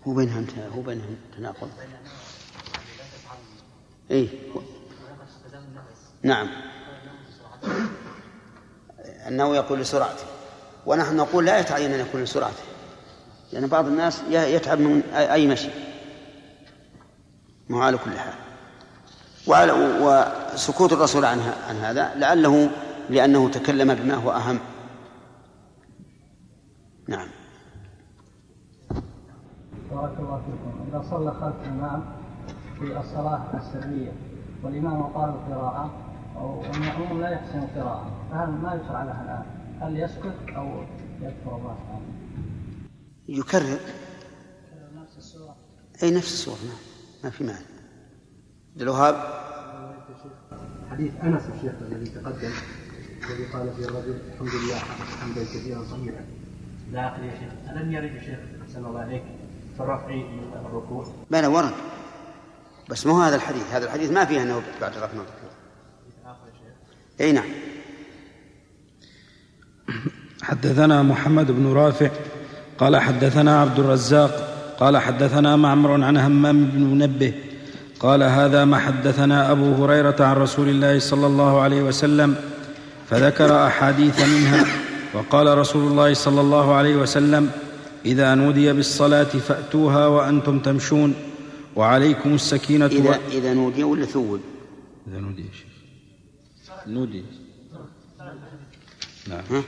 هو بينهم تناقض. إيه نعم، أنه يقول لسرعته، ونحن نقول لا يتعين أن يكون لسرعته، لأن بعض الناس يتعب من أي مشي، ما على كل حال. وسكوت الرسول عن هذا لأنه تكلم بما هو أهم. نعم. بارك الله فيكم. إذا صلى خلف الإمام في الصلاة السرية والإمام قال القراءة والمأموم لا يحسن القراءة، فهل ما يشرع له الآن؟ هل يسكت أو يذكر الله تعالى؟ يكرر نفس السورة. أي نفس السورة، ما في معنى. عبد الوهاب. حديث أنس الشيخ الذي تقدم الذي قال فيه الرجل الحمد لله حمدا كثيرا طيبا لا آخر يا شيخ، ألم يرد الشيخ أحسن الله عليك في الرفع من الركوع؟ ما له ورد، بس ما هو هذا الحديث. هذا الحديث ما فيه أنه بعد رفع من الركوع. أي نعم. حدثنا محمد بن رافع قال حدثنا عبد الرزاق قال حدثنا معمر عن همام بن منبه قال هذا ما حدثنا أبو هريرة عن رسول الله صلى الله عليه وسلم، فذكر أحاديث منها. وقال رسول الله صلى الله عليه وسلم: إذا نودي بالصلاة فأتوها وأنتم تمشون وعليكم السكينة. إذا نودي ولا ثوب؟ إذا نودي يا شيخ، نودي. نعم.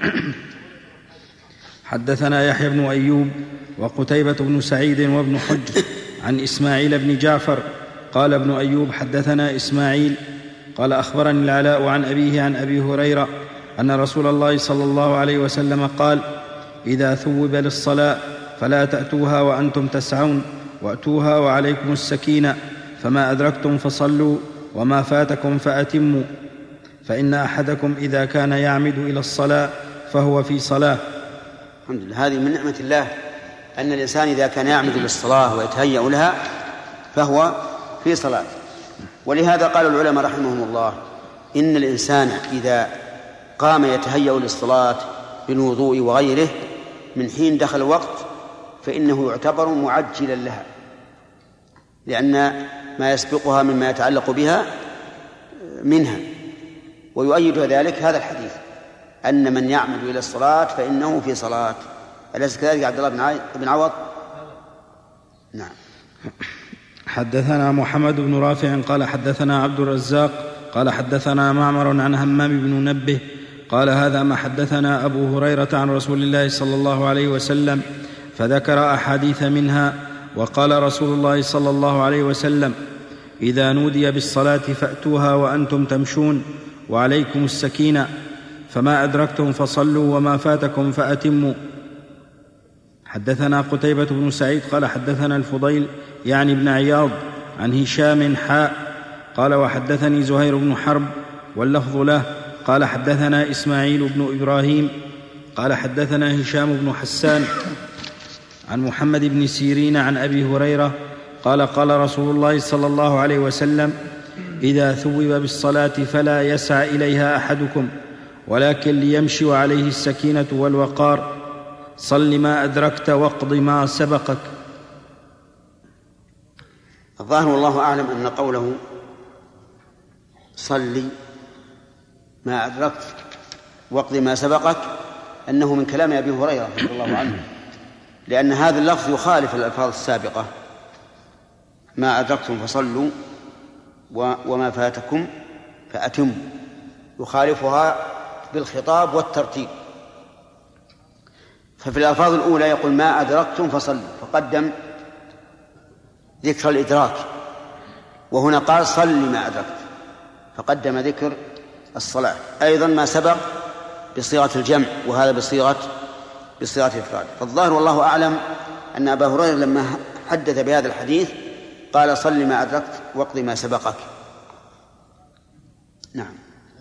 حدثنا يحيى بن أيوب وقتيبة بن سعيد وابن حجر عن إسماعيل بن جعفر قال ابن أيوب حدثنا إسماعيل قال أخبرني العلاء عن أبيه عن أبي هريرة أن رسول الله صلى الله عليه وسلم قال: إذا ثوب للصلاة فلا تأتوها وأنتم تسعون، وأتوها وعليكم السكينة، فما أدركتم فصلوا وما فاتكم فأتموا، فإن أحدكم إذا كان يعمد إلى الصلاة فهو في صلاة. الحمد لله. هذه من نعمة الله أن الإنسان إذا كان يعمد للصلاة ويتهيأ لها فهو في صلاة. ولهذا قال العلماء رحمهم الله: إن الإنسان إذا قام يتهيأ للصلاة بالوضوء وغيره من حين دخل الوقت فإنه يعتبر معجلا لها، لأن ما يسبقها مما يتعلق بها منها. ويؤيد ذلك هذا الحديث أن من يعمد إلى الصلاة فإنه في صلاة. أليس كذلك عبد الله بن عوض؟ نعم. حدثنا محمد بن رافع قال حدثنا عبد الرزاق قال حدثنا معمر عن همام بن منبه قال هذا ما حدثنا أبو هريرة عن رسول الله صلى الله عليه وسلم، فذكر أحاديث منها. وقال رسول الله صلى الله عليه وسلم: إذا نودي بالصلاة فأتوها وأنتم تمشون وعليكم السكينة، فما أدركتم فصلوا وما فاتكم فأتموا. حدثنا قتيبة بن سعيد قال حدثنا الفضيل يعني ابن عياض عن هشام قال وحدثني زهير بن حرب واللفظ له قال حدثنا إسماعيل بن إبراهيم قال حدثنا هشام بن حسان عن محمد بن سيرين عن أبي هريرة قال قال رسول الله صلى الله عليه وسلم: إذا ثوب بالصلاة فلا يسعى إليها أحدكم ولكن ليمشي وعليه السكينة والوقار، صل ما أدركت واقض ما سبقك. الظاهر والله أعلم أن قوله صل ما أدركت واقض ما سبقك أنه من كلام أبي هريرة رضي الله عنه، لأن هذا اللفظ يخالف الألفاظ السابقة: ما أدركتم فصلوا وما فاتكم فأتموا، يخالفها بالخطاب والترتيب. ففي الألفاظ الأولى يقول ما أدركتم فصلوا، فقدم ذكر الإدراك، وهنا قال صل ما أدركت فقدم ذكر الصلاة. أيضا ما سبق بصيغة الجمع وهذا بصيغة الإفراد. فالظاهر والله أعلم أن أبا هريرة لما حدث بهذا الحديث قال صل ما أدركت واقض ما سبقك. نعم.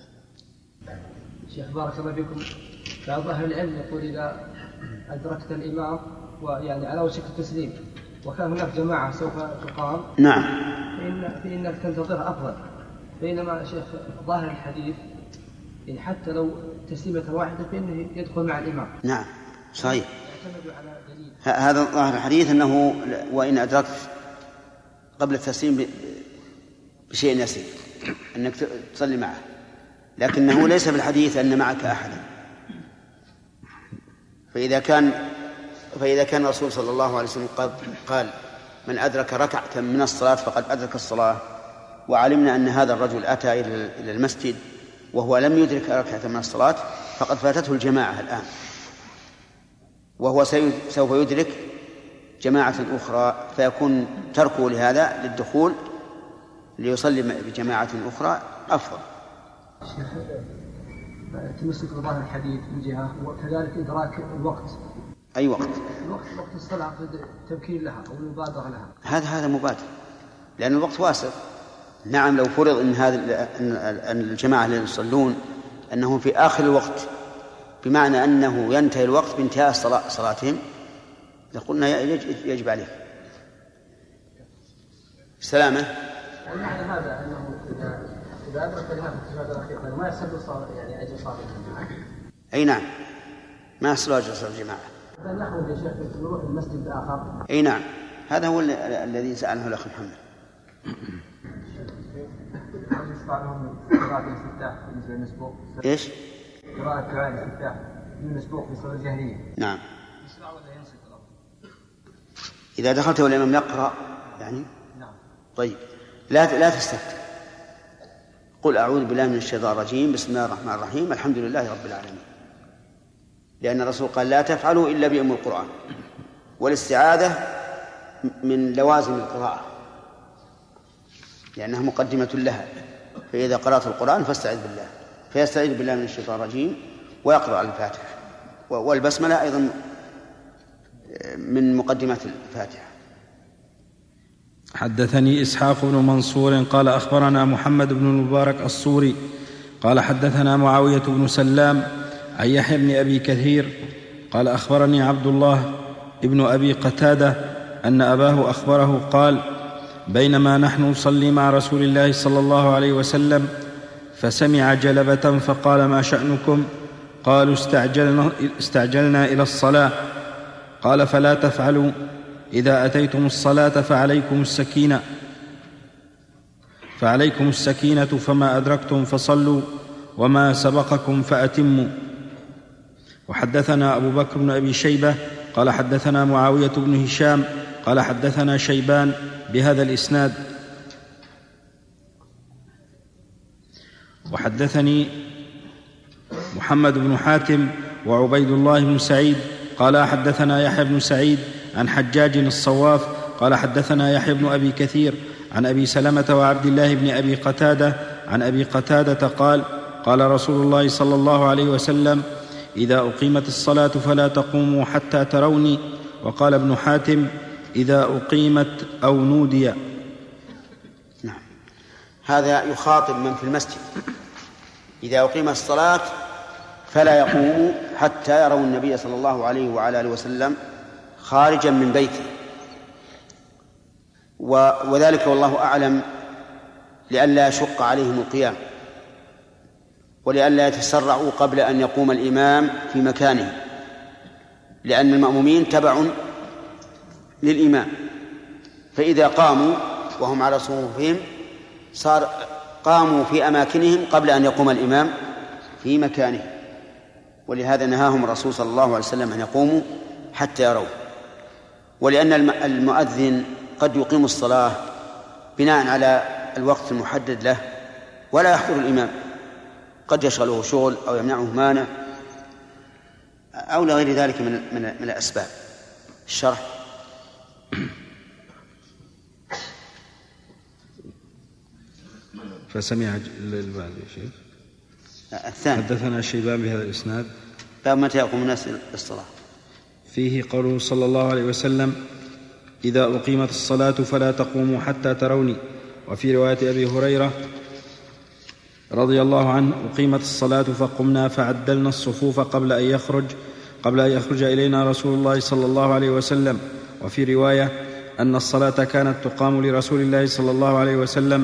شيخ بارك الله فيكم، بعض أهل العلم يقول إذا أدركت الإمام ويعني على وشك التسليم وكان هناك جماعة سوف تقام، نعم، فإنك تنتظر أفضل. بينما شيخ ظاهر الحديث إن حتى لو تسليمة واحدة فإنه يدخل مع الإمام. نعم صحيح. هذا ظاهر الحديث أنه وإن أدركت قبل التسليم بشيء يسير أنك تصلي معه، لكنه ليس في الحديث أن معك أحدا. فإذا كان الرسول صلى الله عليه وسلم قال من أدرك ركعة من الصلاة فقد أدرك الصلاة، وعلمنا أن هذا الرجل أتى إلى المسجد وهو لم يدرك ركعة من الصلاة، فقد فاتته الجماعة الآن، وهو سوف يدرك جماعة أخرى، فيكون تركه لهذا للدخول ليصلي بجماعة أخرى أفضل. تمسك بظاهر الحديث من جهة، وكذلك إدراك الوقت. أي وقت؟ وقت الصلاة التبكير لها أو المبادرة لها. هذا مبادر، لأن الوقت واسع. نعم، لو فرض أن الجماعة اللي يصلون أنهم في آخر الوقت، بمعنى أنه ينتهي الوقت بانتهاء صلاتهم، لقلنا يجب عليه سلامة. المعنى هذا أنه إذا أدرك لها في التشهد الأخير ما يحصل يعني أجل صلاة الجماعة. أي نعم، ما يحصل أجل صلاة الجماعة. هذا نحن يا شيخ نروح المسجد الآخر. أي نعم، هذا هو الذي سأله الأخ محمد. إيش؟ قراءة دعاء الاستفتاح من مسبوق في الصلاة الجهرية. نعم. إذا دخلت والإمام يقرأ يعني. نعم. طيب، لا تستفتح، قل أعوذ بالله من الشيطان الرجيم، بسم الله الرحمن الرحيم، الحمد لله رب العالمين، لأن الرسول قال لا تفعلوا إلا بأم القرآن، والاستعاذة من لوازم القراءة لأنها مقدمة لها، فإذا قرأت القرآن فيستعيذ بالله من الشيطان الرجيم ويقرأ على الفاتحة، والبسملة أيضا من مقدمات الفاتحة. حدثني إسحاق بن منصور قال أخبرنا محمد بن المبارك الصوري قال حدثنا معاوية بن سلام عن يحيى بن أبي كثير قال أخبرني عبد الله ابن أبي قتادة أن أباه أخبره قال بينما نحن نصلي مع رسول الله صلى الله عليه وسلم فسمع جلبة فقال ما شأنكم؟ قالوا استعجلنا إلى الصلاة. قال فلا تفعلوا، إذا أتيتم الصلاة فعليكم السكينة فما أدركتم فصلوا وما سبقكم فأتموا. وحدثنا أبو بكر بن أبي شيبة قال حدثنا معاوية بن هشام قال حدثنا شيبان بهذا الإسناد. وحدثني محمد بن حاتم وعبيد الله بن سعيد قال حدثنا يحيى بن سعيد عن حجاج الصواف قال حدثنا يحيى بن أبي كثير عن أبي سلمة وعبد الله بن أبي قتادة عن أبي قتادة قال قال رسول الله صلى الله عليه وسلم إذا أقيمت الصلاة فلا تقوموا حتى تروني. وقال ابن حاتم إذا أقيمت أو نودي. نعم، هذا يخاطب من في المسجد، إذا أقيمت الصلاة فلا يقوموا حتى يروا النبي صلى الله عليه وعلى آله وسلم خارجا من بيته، وذلك والله أعلم لئلا يشق عليهم القيام ولئلا يتسرعوا قبل أن يقوم الإمام في مكانه، لأن المأمومين تبع للإمام، فإذا قاموا وهم على صفوفهم قاموا في أماكنهم قبل أن يقوم الإمام في مكانه، ولهذا نهاهم الرسول صلى الله عليه وسلم أن يقوموا حتى يروا. ولأن المؤذن قد يقيم الصلاة بناء على الوقت المحدد له ولا يحضر الإمام، قد يشغله شغل أو يمنعه مانع أو لغير ذلك من الأسباب. الشرح. فسمع البعض يا شيخ. الثاني حدثنا شيبان بهذا الإسناد. باب متى يقوم الناس للصلاة. فيه قوله صلى الله عليه وسلم إذا أقيمت الصلاة فلا تقوموا حتى تروني. وفي رواية أبي هريرة رضي الله عنه أقيمت الصلاة فقمنا فعدلنا الصفوف قبل أن يخرج إلينا رسول الله صلى الله عليه وسلم. وفي رواية أن الصلاة كانت تقام لرسول الله صلى الله عليه وسلم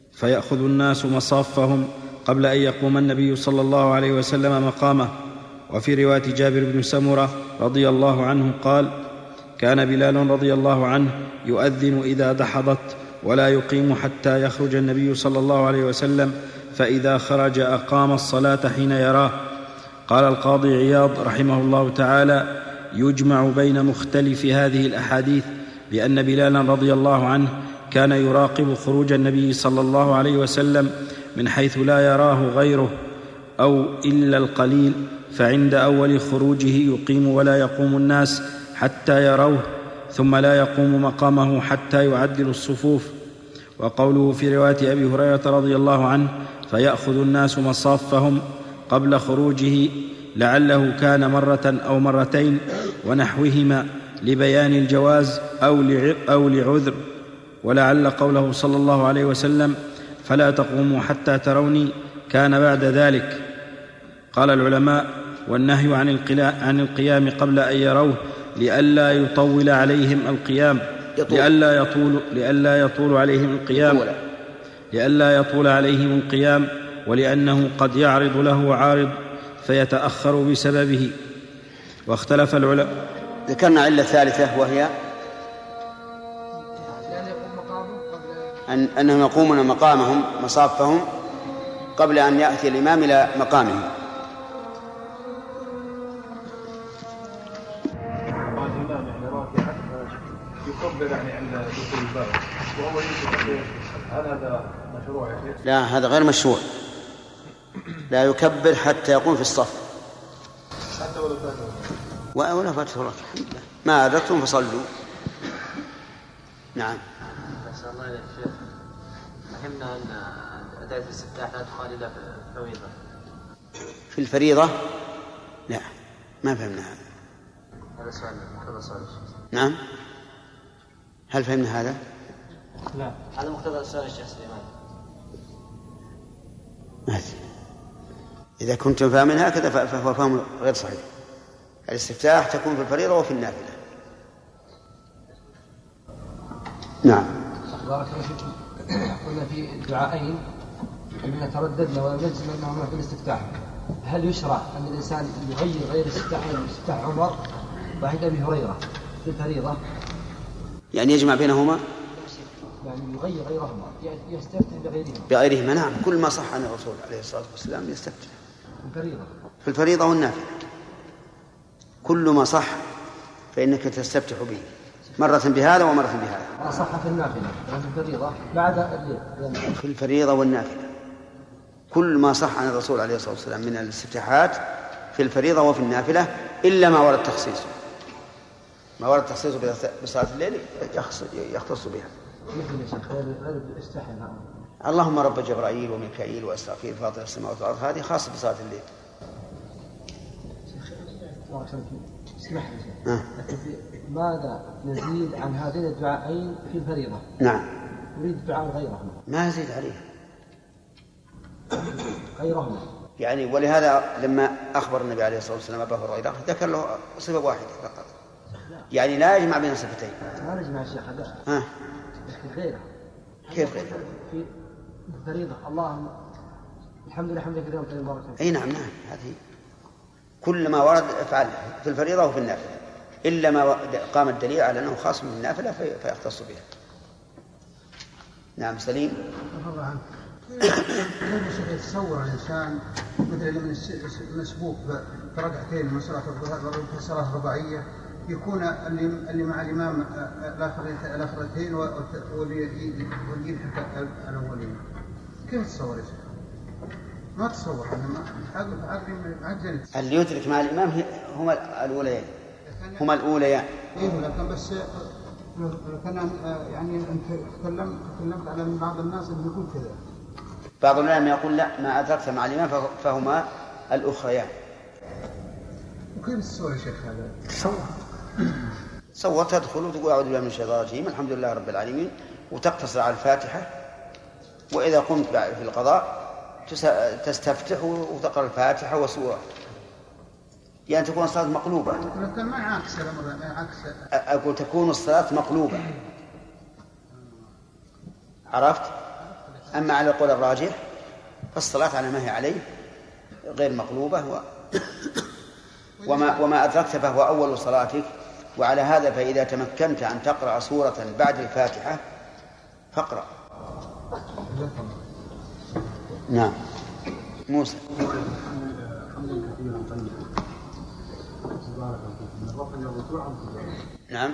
فيأخذ الناس مصافهم قبل أن يقوم النبي صلى الله عليه وسلم مقامه. وفي رواية جابر بن سمرة رضي الله عنه قال: كان بلال رضي الله عنه يؤذن إذا دحضت ولا يقيم حتى يخرج النبي صلى الله عليه وسلم، فإذا خرج أقام الصلاة حين يراه. قال القاضي عياض رحمه الله تعالى: يجمع بين مختلف هذه الأحاديث بأن بلالا رضي الله عنه كان يراقب خروج النبي صلى الله عليه وسلم من حيث لا يراه غيره أو إلا القليل، فعند أول خروجه يقيم ولا يقوم الناس حتى يروه، ثم لا يقوم مقامه حتى يعدل الصفوف. وقوله في رواية أبي هريرة رضي الله عنه: فيأخذ الناس مصافهم قبل خروجه، لعله كان مرة أو مرتين ونحوهما لبيان الجواز أو لعذر، ولعل قوله صلى الله عليه وسلم: فلا تقوموا حتى تروني كان بعد ذلك. قال العلماء: والنهي عن القيام قبل أن يروه لئلا يطول عليهم القيام لئلا يطول عليهم القيام، ولأنه قد يعرض له عارض فيتأخر بسببه. واختلف العلماء. ذكرنا علة ثالثة وهي أنهم يقومون مقامهم مصافهم قبل أن يأتي الإمام إلى مقامه. لا، هذا غير مشروع. لا يكبر حتى يقوم في الصف ولا فاتته الركعة. الحمد لله، ما أدركتم فصلوا. نعم. بس الله يا شيخ، فهمنا أن أداة الاستفتاح لا تقال إلا في الفريضة. في الفريضة؟ لا، ما فهمنا هذا. هذا سؤال. نعم، هل فهمنا هذا؟ لا، هذا مقتضى سؤال الشيخ سليمان. إذا كنتم فاهمين هكذا فهو فهم غير صحيح. الاستفتاح تكون في الفريضة وفي النافلة. نعم. بارك الله فيكم. قلنا في الدعائين إننا ترددنا ولم نجزم أنهما في الاستفتاح. هل يشرع أن الإنسان يغير غير استفتاح عمر وعند أبي هريرة في الفريضة؟ يعني يجمع بينهما؟ يعني يغير غيرهما، يستفتح بغيرهما. نعم، كل ما صح عن الرسول عليه الصلاة والسلام يستفتح في الفريضة والنافلة. كل ما صح فإنك تستفتح به، مرة بهذا ومرة بهذا. ما صح في النافلة في الفريضة بعد الليل. في الفريضة والنافلة كل ما صح عن الرسول عليه الصلاة والسلام من الاستفتاحات في الفريضة وفي النافلة، إلا ما ورد تخصيصه. ما ورد تخصيصه بصلاة الليل يختص بها. اللهم رب جبرائيل وميكائيل وإسرافيل فاطر السماوات والأرض، هذه خاصة بصلاة الليل. ماذا نزيد عن هذين الدعائين في الفريضة؟ نعم. نريد دعاء غيرهما. ما نزيد عليه غيرهما. يعني ولهذا لما أخبر النبي عليه الصلاة والسلام أبا هريرة ذكر له صفة واحدة فقط، يعني لا يجمع بين صفتين. ما نجمع الشيخ هذا. غيره. كيف غيره؟ في الفريضة اللهم الحمد لله حمدا كثيرا طيبا مباركا. أي نعم، هذه كل ما ورد افعله في الفريضة وفي النافلة، إلا ما قام الدليل على أنه خاص من النافلة فيختص بها. نعم. سليم. كيف يتصور الإنسان مثل من مسبوق بركعتين من صلاة الظهر في صلاة رباعية، يكون اللي مع الإمام الآخرتين واللي الأولين، كيف تصور يا شيخ؟ ما تصور. اللي يدرك مع الإمام هما الأوليان. لكن بس كان يعني أنت تكلمت على بعض الناس اللي يقول كذا. بعض العلماء يقول لا، ما أدركت مع الإمام فهما الأخريان. وكيف تصور يا شيخ هذا؟ تصور تدخل وتقول أعوذ بالله من الشيطان الرجيم الحمد لله رب العالمين، وتقتصر على الفاتحة، وإذا قمت في القضاء تستفتح وتقرأ الفاتحة وسورة، يعني تكون الصلاة مقلوبة. لكن ما عكس الأمر، عكس. أقول تكون الصلاة مقلوبة، عرفت؟ أما على القول الراجح فالصلاة على ما هي عليه غير مقلوبة وما أدركت فهو أول صلاتك. وعلى هذا فإذا تمكنت أن تقرأ سورة بعد الفاتحة فاقرأ. نعم. موسى. نعم.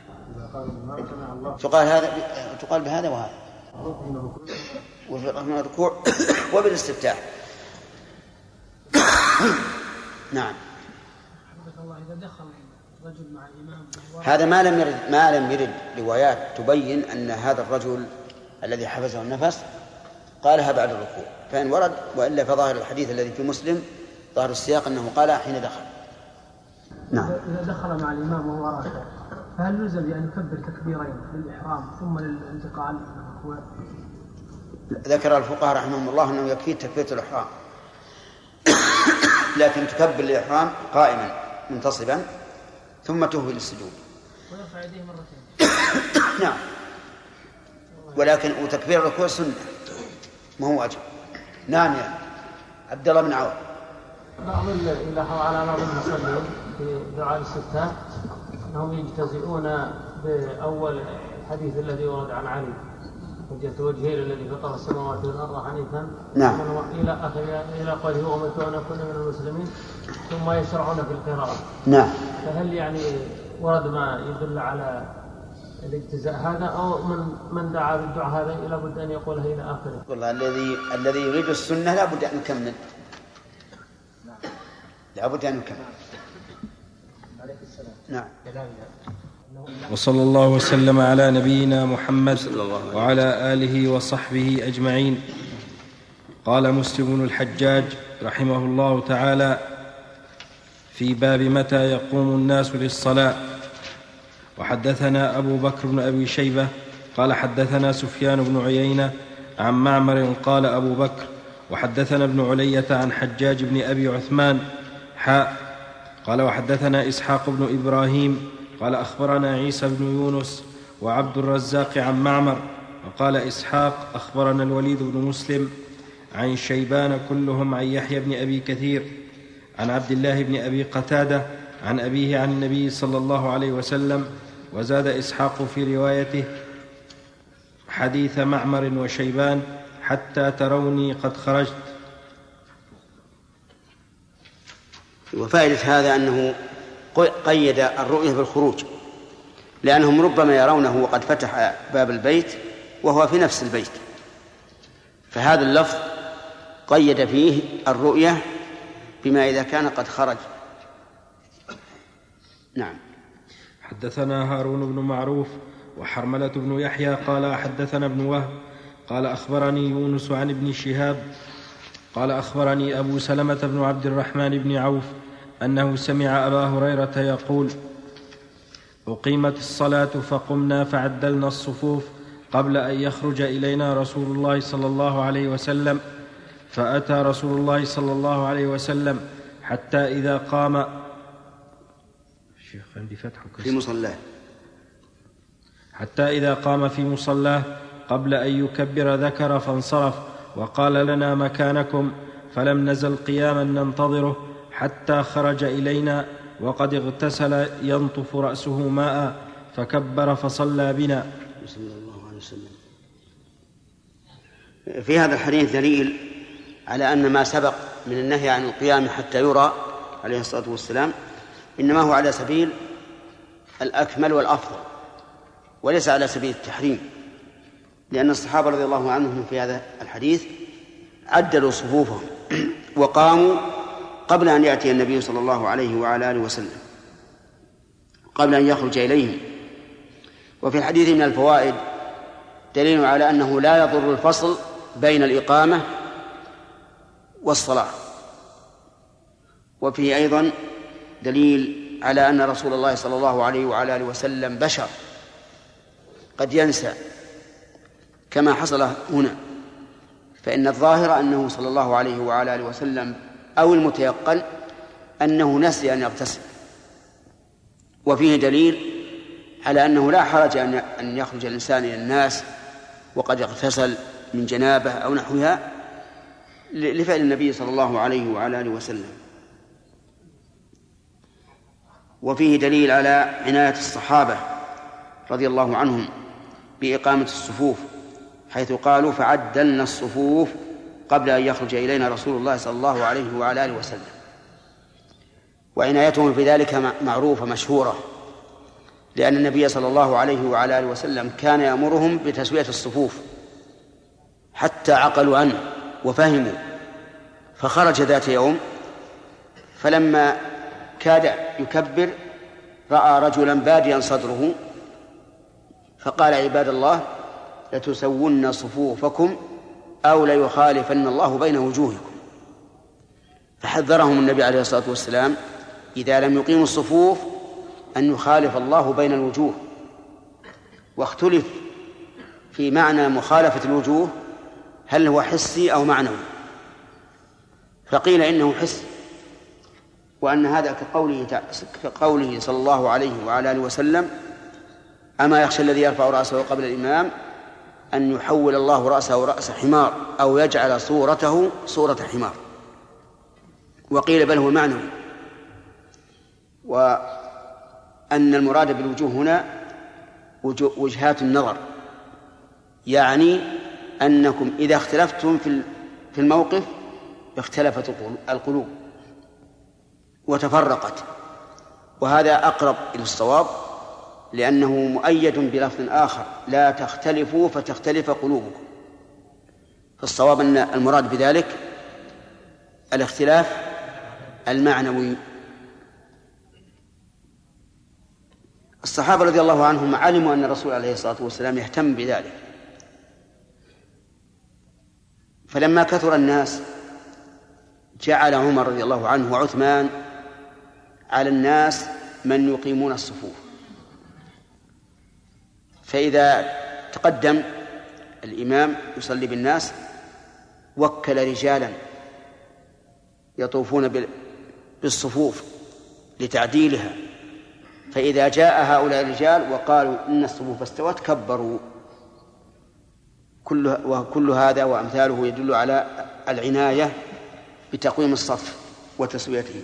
تقال بهذا وهذا وفي الركوع وبالاستفتاح. نعم. إذا دخل رجل مع الإمام هذا ما لم يرد روايات تبين أن هذا الرجل الذي حبسه النفس قالها بعد الركوع، فإن ورد وإلا فظاهر الحديث الذي في مسلم ظاهر السياق أنه قالها حين دخل. نعم. إذا دخل مع الإمام وهو راكع فهل يلزم بأن يكبر تكبيرين للإحرام ثم للانتقال إلى الركوع؟ ذكر الفقهاء رحمهم الله أنه يكفي تكبيرة الإحرام، لكن تكبر الإحرام قائما منتصبا ثم تهوي للسجود ويرفع يديه مرتين. نعم. ولكن وتكبير الركوع سنة ما هو واجب. نعم يا عبد الله بن عوف. بعض يلاحظ على بعض المصلين في دعاء الاستفتاح أنهم يجتزئون بأول الحديث الذي ورد عن علي وجهة وجهه الذي فطر السماوات والأرض حنيفا. نعم. إلى آخر إلى قوله وأمرت أن أكون من المسلمين ثم يشرعون في القراءة. نعم. فهل يعني ورد ما يدل على الاجتزاء هذا أو من دعا بالدعاء هذا لابد أن يقولها إلى آخره؟ والله الذي يريد السنة لابد أن يكمل. لابد أن يكمل. نعم. وصلى الله وسلم على نبينا محمد وعلى آله وصحبه أجمعين. قال مسلم بن الحجاج رحمه الله تعالى في باب متى يقوم الناس للصلاة. وحدثنا أبو بكر بن أبي شيبة قال حدثنا سفيان بن عيينة عن معمر قال أبو بكر وحدثنا ابن علية عن حجاج بن أبي عثمان قال وحدثنا إسحاق بن إبراهيم قال أخبرنا عيسى بن يونس وعبد الرزاق عن معمر. وقال إسحاق أخبرنا الوليد بن مسلم عن شيبان كلهم عن يحيى بن أبي كثير عن عبد الله بن أبي قتادة عن أبيه عن النبي صلى الله عليه وسلم. وزاد إسحاق في روايته حديث معمر وشيبان حتى تروني قد خرجت. وفائدة هذا أنه قيد الرؤية بالخروج، لأنهم ربما يرونه وقد فتح باب البيت وهو في نفس البيت، فهذا اللفظ قيد فيه الرؤية بما إذا كان قد خرج. نعم. حدثنا هارون بن معروف وحرملة بن يحيى قال حدثنا ابن وهب قال أخبرني يونس عن ابن شهاب قال أخبرني أبو سلمة بن عبد الرحمن بن عوف أنه سمع أبا هريرة يقول أقيمت الصلاة فقمنا فعدلنا الصفوف قبل أن يخرج إلينا رسول الله صلى الله عليه وسلم، فأتى رسول الله صلى الله عليه وسلم حتى إذا قام في مصلاه حتى إذا قام في مصلاه قبل أن يكبر ذكر فانصرف وقال لنا مكانكم، فلم نزل قياما ننتظره حتى خرج إلينا وقد اغتسل ينطف رأسه ماء فكبر فصلى بنا. صلى الله عليه وسلم. في هذا الحديث دليل على أن ما سبق من النهي عن القيام حتى يرى عليه الصلاة والسلام إنما هو على سبيل الأكمل والأفضل وليس على سبيل التحريم، لأن الصحابة رضي الله عنهم في هذا الحديث عدلوا صفوفهم وقاموا قبل أن يأتي النبي صلى الله عليه وعلى آله وسلم، قبل أن يخرج إليهم. وفي الحديث من الفوائد دليل على أنه لا يضر الفصل بين الإقامة والصلاة، وفيه أيضا دليل على أن رسول الله صلى الله عليه وعلى آله وسلم بشر قد ينسى كما حصل هنا، فإن الظاهر أنه صلى الله عليه وعلى آله وسلم أو المتيقن أنه نسي أن يغتسل. وفيه دليل على أنه لا حرج أن يخرج الإنسان إلى الناس وقد اغتسل من جنابه أو نحوها لفعل النبي صلى الله عليه وعلى آله وسلم. وفيه دليل على عناية الصحابة رضي الله عنهم بإقامة الصفوف، حيث قالوا فعدلنا الصفوف قبل أن يخرج إلينا رسول الله صلى الله عليه وعلى آله وسلم. وعنايتهم في ذلك معروفة مشهورة، لأن النبي صلى الله عليه وعلى آله وسلم كان يأمرهم بتسوية الصفوف حتى عقلوا عنه وفهموا. فخرج ذات يوم فلما كاد يكبر رأى رجلا باديا صدره فقال عباد الله لتسون صفوفكم أو ليخالفن الله بين وجوهكم. فحذرهم النبي عليه الصلاة والسلام إذا لم يقيموا الصفوف أن يخالف الله بين الوجوه. واختلف في معنى مخالفة الوجوه هل هو حسي أو معنوي، فقيل إنه حسي، وأن هذا كقوله صلى الله عليه وعلى آله وسلم أما يخشى الذي يرفع رأسه قبل الإمام أن يحول الله رأسه رأس حمار أو يجعل صورته صورة حمار. وقيل بل هو معنوي، وأن المراد بالوجوه هنا وجهات النظر، يعني أنكم إذا اختلفتم في الموقف اختلفت القلوب وتفرقت، وهذا أقرب إلى الصواب لأنه مؤيد بلفظ آخر لا تختلفوا فتختلف قلوبكم. فالصواب أن المراد بذلك الاختلاف المعنوي. الصحابة رضي الله عنهم علموا أن الرسول عليه الصلاة والسلام يهتم بذلك، فلما كثر الناس جعل عمر رضي الله عنه وعثمان على الناس من يقيمون الصفوف. فإذا تقدم الإمام يصلي بالناس وكل رجالا يطوفون بالصفوف لتعديلها، فإذا جاء هؤلاء الرجال وقالوا إن الصفوف استوت كبروا. وكل هذا وأمثاله يدل على العناية بتقويم الصف وتسويته.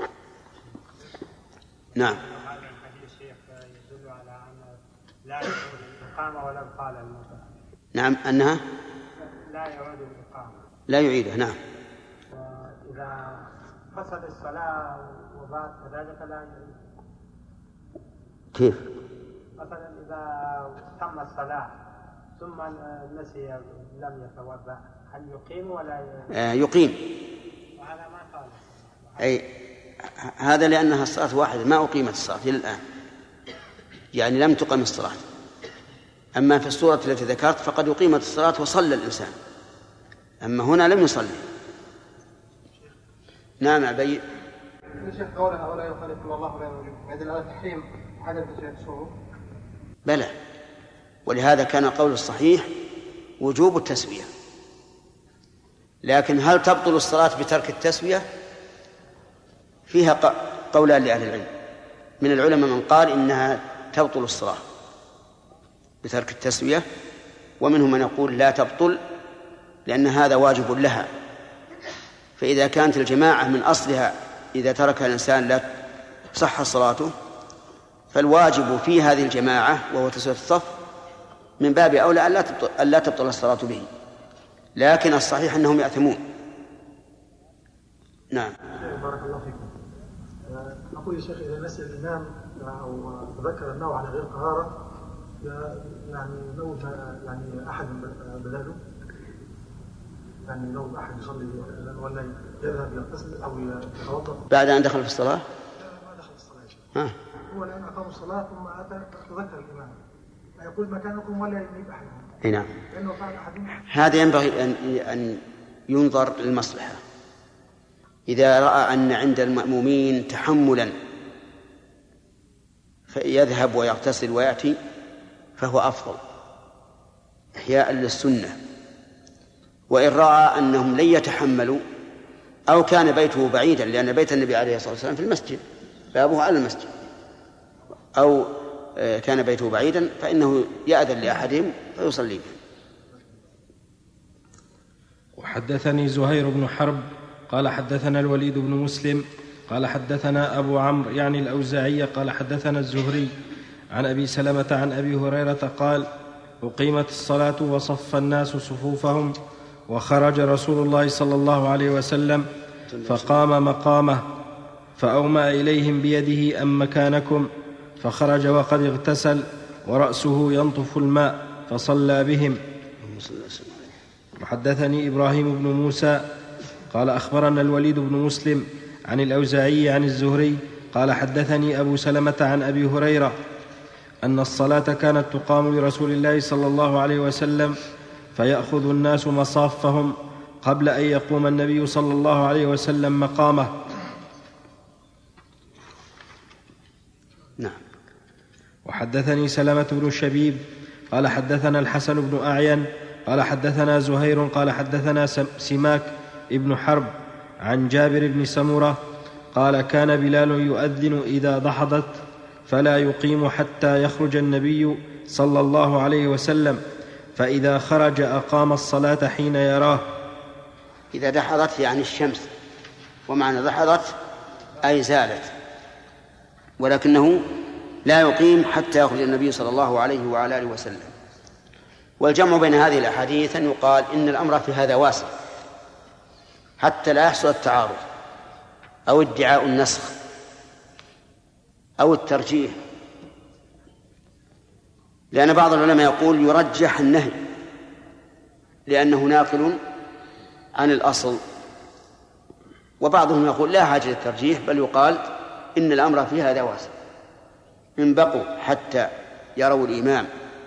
نعم. هذا الحديث شيخ يدل على أن لا يعود الإقامة ولا إبطال الموتى. نعم، أنها لا يعود الإقامة، لا يعيدها. نعم. إذا فسد الصلاة وبعد كذلك لا يعيد. كيف؟ مثلا إذا تم الصلاة ثم نسي لم يتوضأ هل يقيم ولا يقيم؟ وهذا ما قال. أي هذا لأنها الصلاة واحدة ما أقيمت الصلاة إلى الآن، يعني لم تقم الصلاة. أما في الصورة التي ذكرت فقد أقيمت الصلاة وصلى الإنسان، أما هنا لم يصلي. نعم أبي. شيخ قولها ولا يخالف الله بين وجوهكم يدل على تحريم حدث الصفوف. بلى، ولهذا كان قول الصحيح وجوب التسوية. لكن هل تبطل الصلاة بترك التسوية؟ فيها قولان لأهل العلم. من العلماء من قال إنها تبطل الصلاة بترك التسوية، ومنهم من يقول لا تبطل لأن هذا واجب لها. فإذا كانت الجماعة من أصلها إذا ترك الإنسان لا صح صلاته، فالواجب في هذه الجماعة وهو تسوية الصف من باب أولى أن لا تبطل الصلاة به، لكن الصحيح أنهم يأثمون. نعم. بارك الله فيكم. أقول يا شيخ إذا نسي الإمام أو تذكر أنه على غير طهارة يعني لو يعني أحد بداله، يعني لو أحد يصلي ولا يذهب يغتسل أو يتوضأ بعد أن دخل في الصلاة؟ ما دخل في الصلاة يا شيخ. هو الآن أقام الصلاة ثم أتى تذكر الإمام يقول مكانكم ولا يميت أحد. نعم. لأنه قال أحد. هذا ينبغي أن ينظر للمصلحة. إذا رأى أن عند المأمومين تحملا فيذهب ويغتسل ويأتي فهو أفضل إحياء للسنة. وإن رأى أنهم لن يتحملوا أو كان بيته بعيدا، لأن بيت النبي عليه الصلاة والسلام في المسجد بابه على المسجد، أو كان بيته بعيدا فإنه يأذن لأحدهم فيصلي به. وحدثني زهير بن حرب قال حدثنا الوليد بن مسلم قال حدثنا أبو عمرو يعني الأوزاعي قال حدثنا الزهري عن أبي سلمة عن أبي هريرة قال أقيمت الصلاة وصف الناس صفوفهم وخرج رسول الله صلى الله عليه وسلم فقام مقامه فأومأ إليهم بيده أم مكانكم، فخرج وقد اغتسل ورأسه ينطف الماء فصلى بهم. وحدثني إبراهيم بن موسى قال أخبرنا الوليد بن مسلم عن الأوزاعي عن الزهري قال حدثني أبو سلمة عن أبي هريرة أن الصلاة كانت تقام لرسول الله صلى الله عليه وسلم فيأخذ الناس مصافهم قبل أن يقوم النبي صلى الله عليه وسلم مقامه. نعم. وحدثني سلمة بن شبيب قال حدثنا الحسن بن أعين قال حدثنا زهير قال حدثنا سماك ابن حرب عن جابر بن سمرة قال كان بلال يؤذن إذا دحضت فلا يقيم حتى يخرج النبي صلى الله عليه وسلم، فإذا خرج أقام الصلاة حين يراه. إذا دحضت يعني الشمس، ومعنى دحضت أي زالت، ولكنه لا يقيم حتى يخرج النبي صلى الله عليه وعلى آله وسلم. والجمع بين هذه الأحاديث أن يقال إن الأمر في هذا واسع حتى لا يحصل التعارض أو ادعاء النسخ أو الترجيح، لأن بعض العلماء يقول يرجح النهي لأنه ناقل عن الأصل، وبعضهم يقول لا حاجة للترجيح بل يقال إن الأمر في هذا واسع، إن بقوا حتى يروا الإمام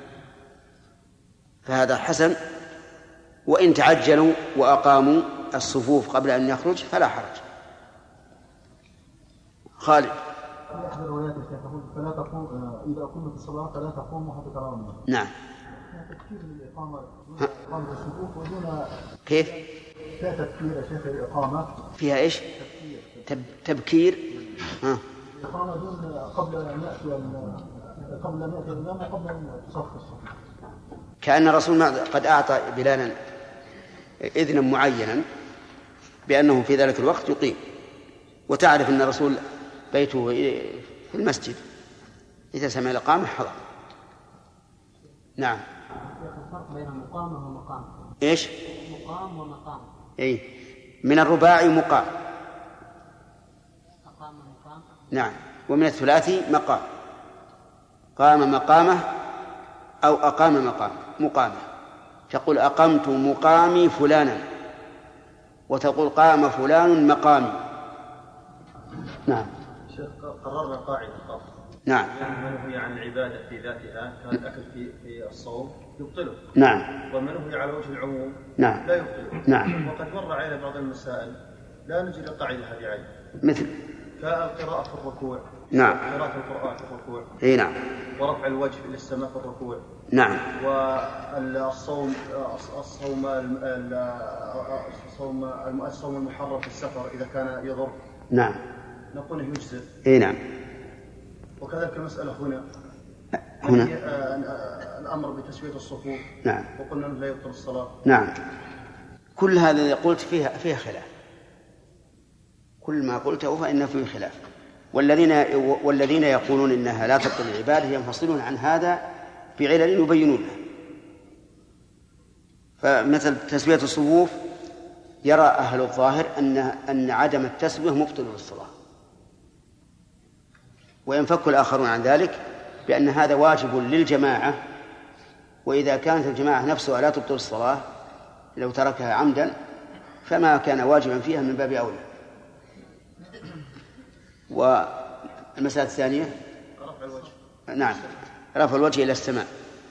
فهذا حسن، وإن تعجلوا وأقاموا الصفوف قبل أن يخرج فلا حرج. خالد. أحد الروايات يقول فلا تقوم إذا أقيمت الصلاة فلا تقوموا حتى ترون. نعم. تفكير الإقامة إقامة الصفوف ودون كيف؟ فيها تفكير يا شيخ الإقامة. فيها إيش؟ تبكير. الإقامة دون قبل أن يأتي الإمام وقبل أن تصف الصف. كأن الرسول قد أعطى بلالا إذنا معينا بأنه في ذلك الوقت يقيم، وتعرف أن الرسول بيته في المسجد إذا سمع الإقامة حضر. نعم. الفرق بين مقام ومقام. إيش؟ مقام ومقام. إيه، من الرباعي مقام. أقام مقام. نعم. ومن الثلاثي مقام، قام مقامه أو أقام مقامه. تقول أقمت مقامي فلانا، وتقول قام فلان مقامي. نعم. شيخ قررنا قاعدة قبل. نعم. منهي عن العبادة في ذاتها كان الأكل في الصوم يبطله. نعم. ومنهي على وجه العموم نعم. لا يبطله. نعم. وقد مر علينا بعض المسائل لا نجري القاعدة هذه عين. مثل كالقراءة في الركوع. نعم. قراءة القرآن في الركوع. اي نعم. ورفع الوجه إلى السماء في الركوع. نعم. والصوم الصوم المحرم في السفر إذا كان يضر. نعم. نقول يجزئ. اي نعم. وكذلك المسألة هنا الأمر بتسوية الصفوف. نعم. وقلنا أنه لا يبطل الصلاة. نعم. كل هذا اللي قلت فيها خلاف، كل ما قلته فإنه فيه خلاف، والذين يقولون إنها لا تبطل العبادة ينفصلون عن هذا بعلل يبينونها. فمثل تسوية الصفوف يرى أهل الظاهر أن عدم التسوية مبطل للصلاة، وينفك الآخرون عن ذلك بأن هذا واجب للجماعة، وإذا كانت الجماعة نفسها لا تبطل الصلاة لو تركها عمدا فما كان واجبا فيها من باب أولى. والمسألة الثانية رفع الوجه. نعم، رفع الوجه إلى السماء.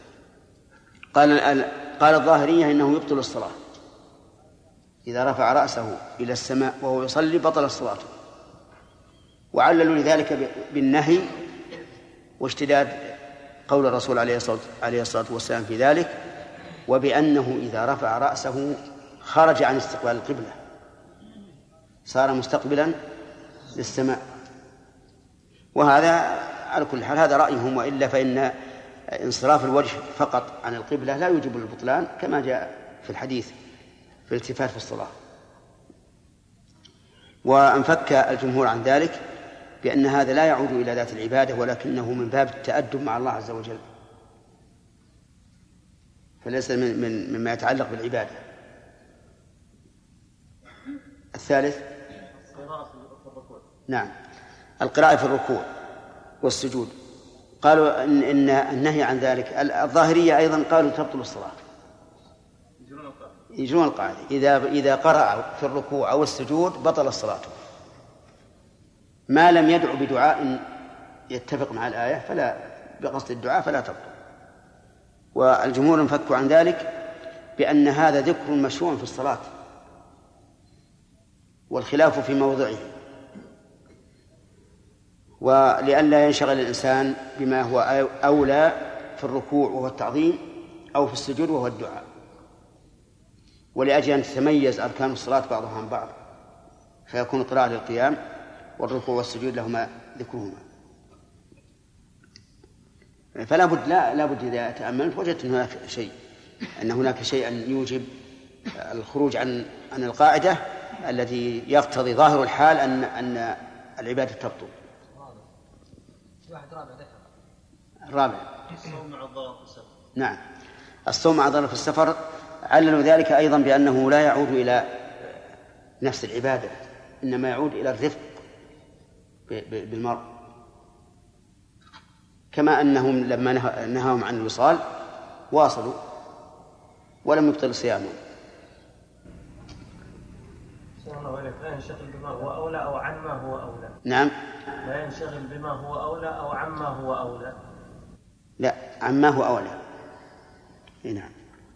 قال الظاهرية إنه يبطل الصلاة إذا رفع رأسه إلى السماء وهو يصلي بطل الصلاة، وعللوا لذلك بالنهي واشتداد قول الرسول عليه الصلاة والسلام في ذلك، وبأنه إذا رفع رأسه خرج عن استقبال القبلة، صار مستقبلا للسماء. وهذا على كل حال هذا رأيهم، وإلا فإن انصراف الوجه فقط عن القبلة لا يوجب البطلان كما جاء في الحديث في الالتفات في الصلاة. وانفك الجمهور عن ذلك بأن هذا لا يعود إلى ذات العبادة ولكنه من باب التأدب مع الله عز وجل، فليس مما يتعلق بالعبادة. الثالث نعم القراءة في الركوع والسجود. قالوا إن النهي عن ذلك، الظاهرية أيضا قالوا تبطل الصلاة، يجرون القاعدة إذا قرأ في الركوع أو السجود بطل الصلاة ما لم يدعو بدعاء يتفق مع الآية، فلا بقصد الدعاء فلا تبطل. والجمهور انفكوا عن ذلك بأن هذا ذكر مشروع في الصلاة والخلاف في موضعه، ولئلا ينشغل الإنسان بما هو أولى في الركوع وهو التعظيم أو في السجود وهو الدعاء، ولأجل أن تتميز أركان الصلاة بعضها عن بعض، فيكون القراءة للقيام والركوع والسجود لهما ذكرهما. فلا بد لا بد إذا تأملت وجدت أن هناك شيئا يوجب الخروج عن القاعدة التي يقتضي ظاهر الحال أن العبادة تبطل. الرابع الصوم مع الضرر في السفر. نعم الصوم مع الضرر في السفر عللوا ذلك أيضا بأنه لا يعود إلى نفس العبادة، إنما يعود إلى الرفق بالمرء، كما أنهم لما نهاهم عن الوصال واصلوا ولم يبطل صيامهم. لا ينشغل بما هو أولى أو عما هو أولى. نعم لا ينشغل بما هو أولى أو عما هو أولى. لا عما هو أولى. نعم.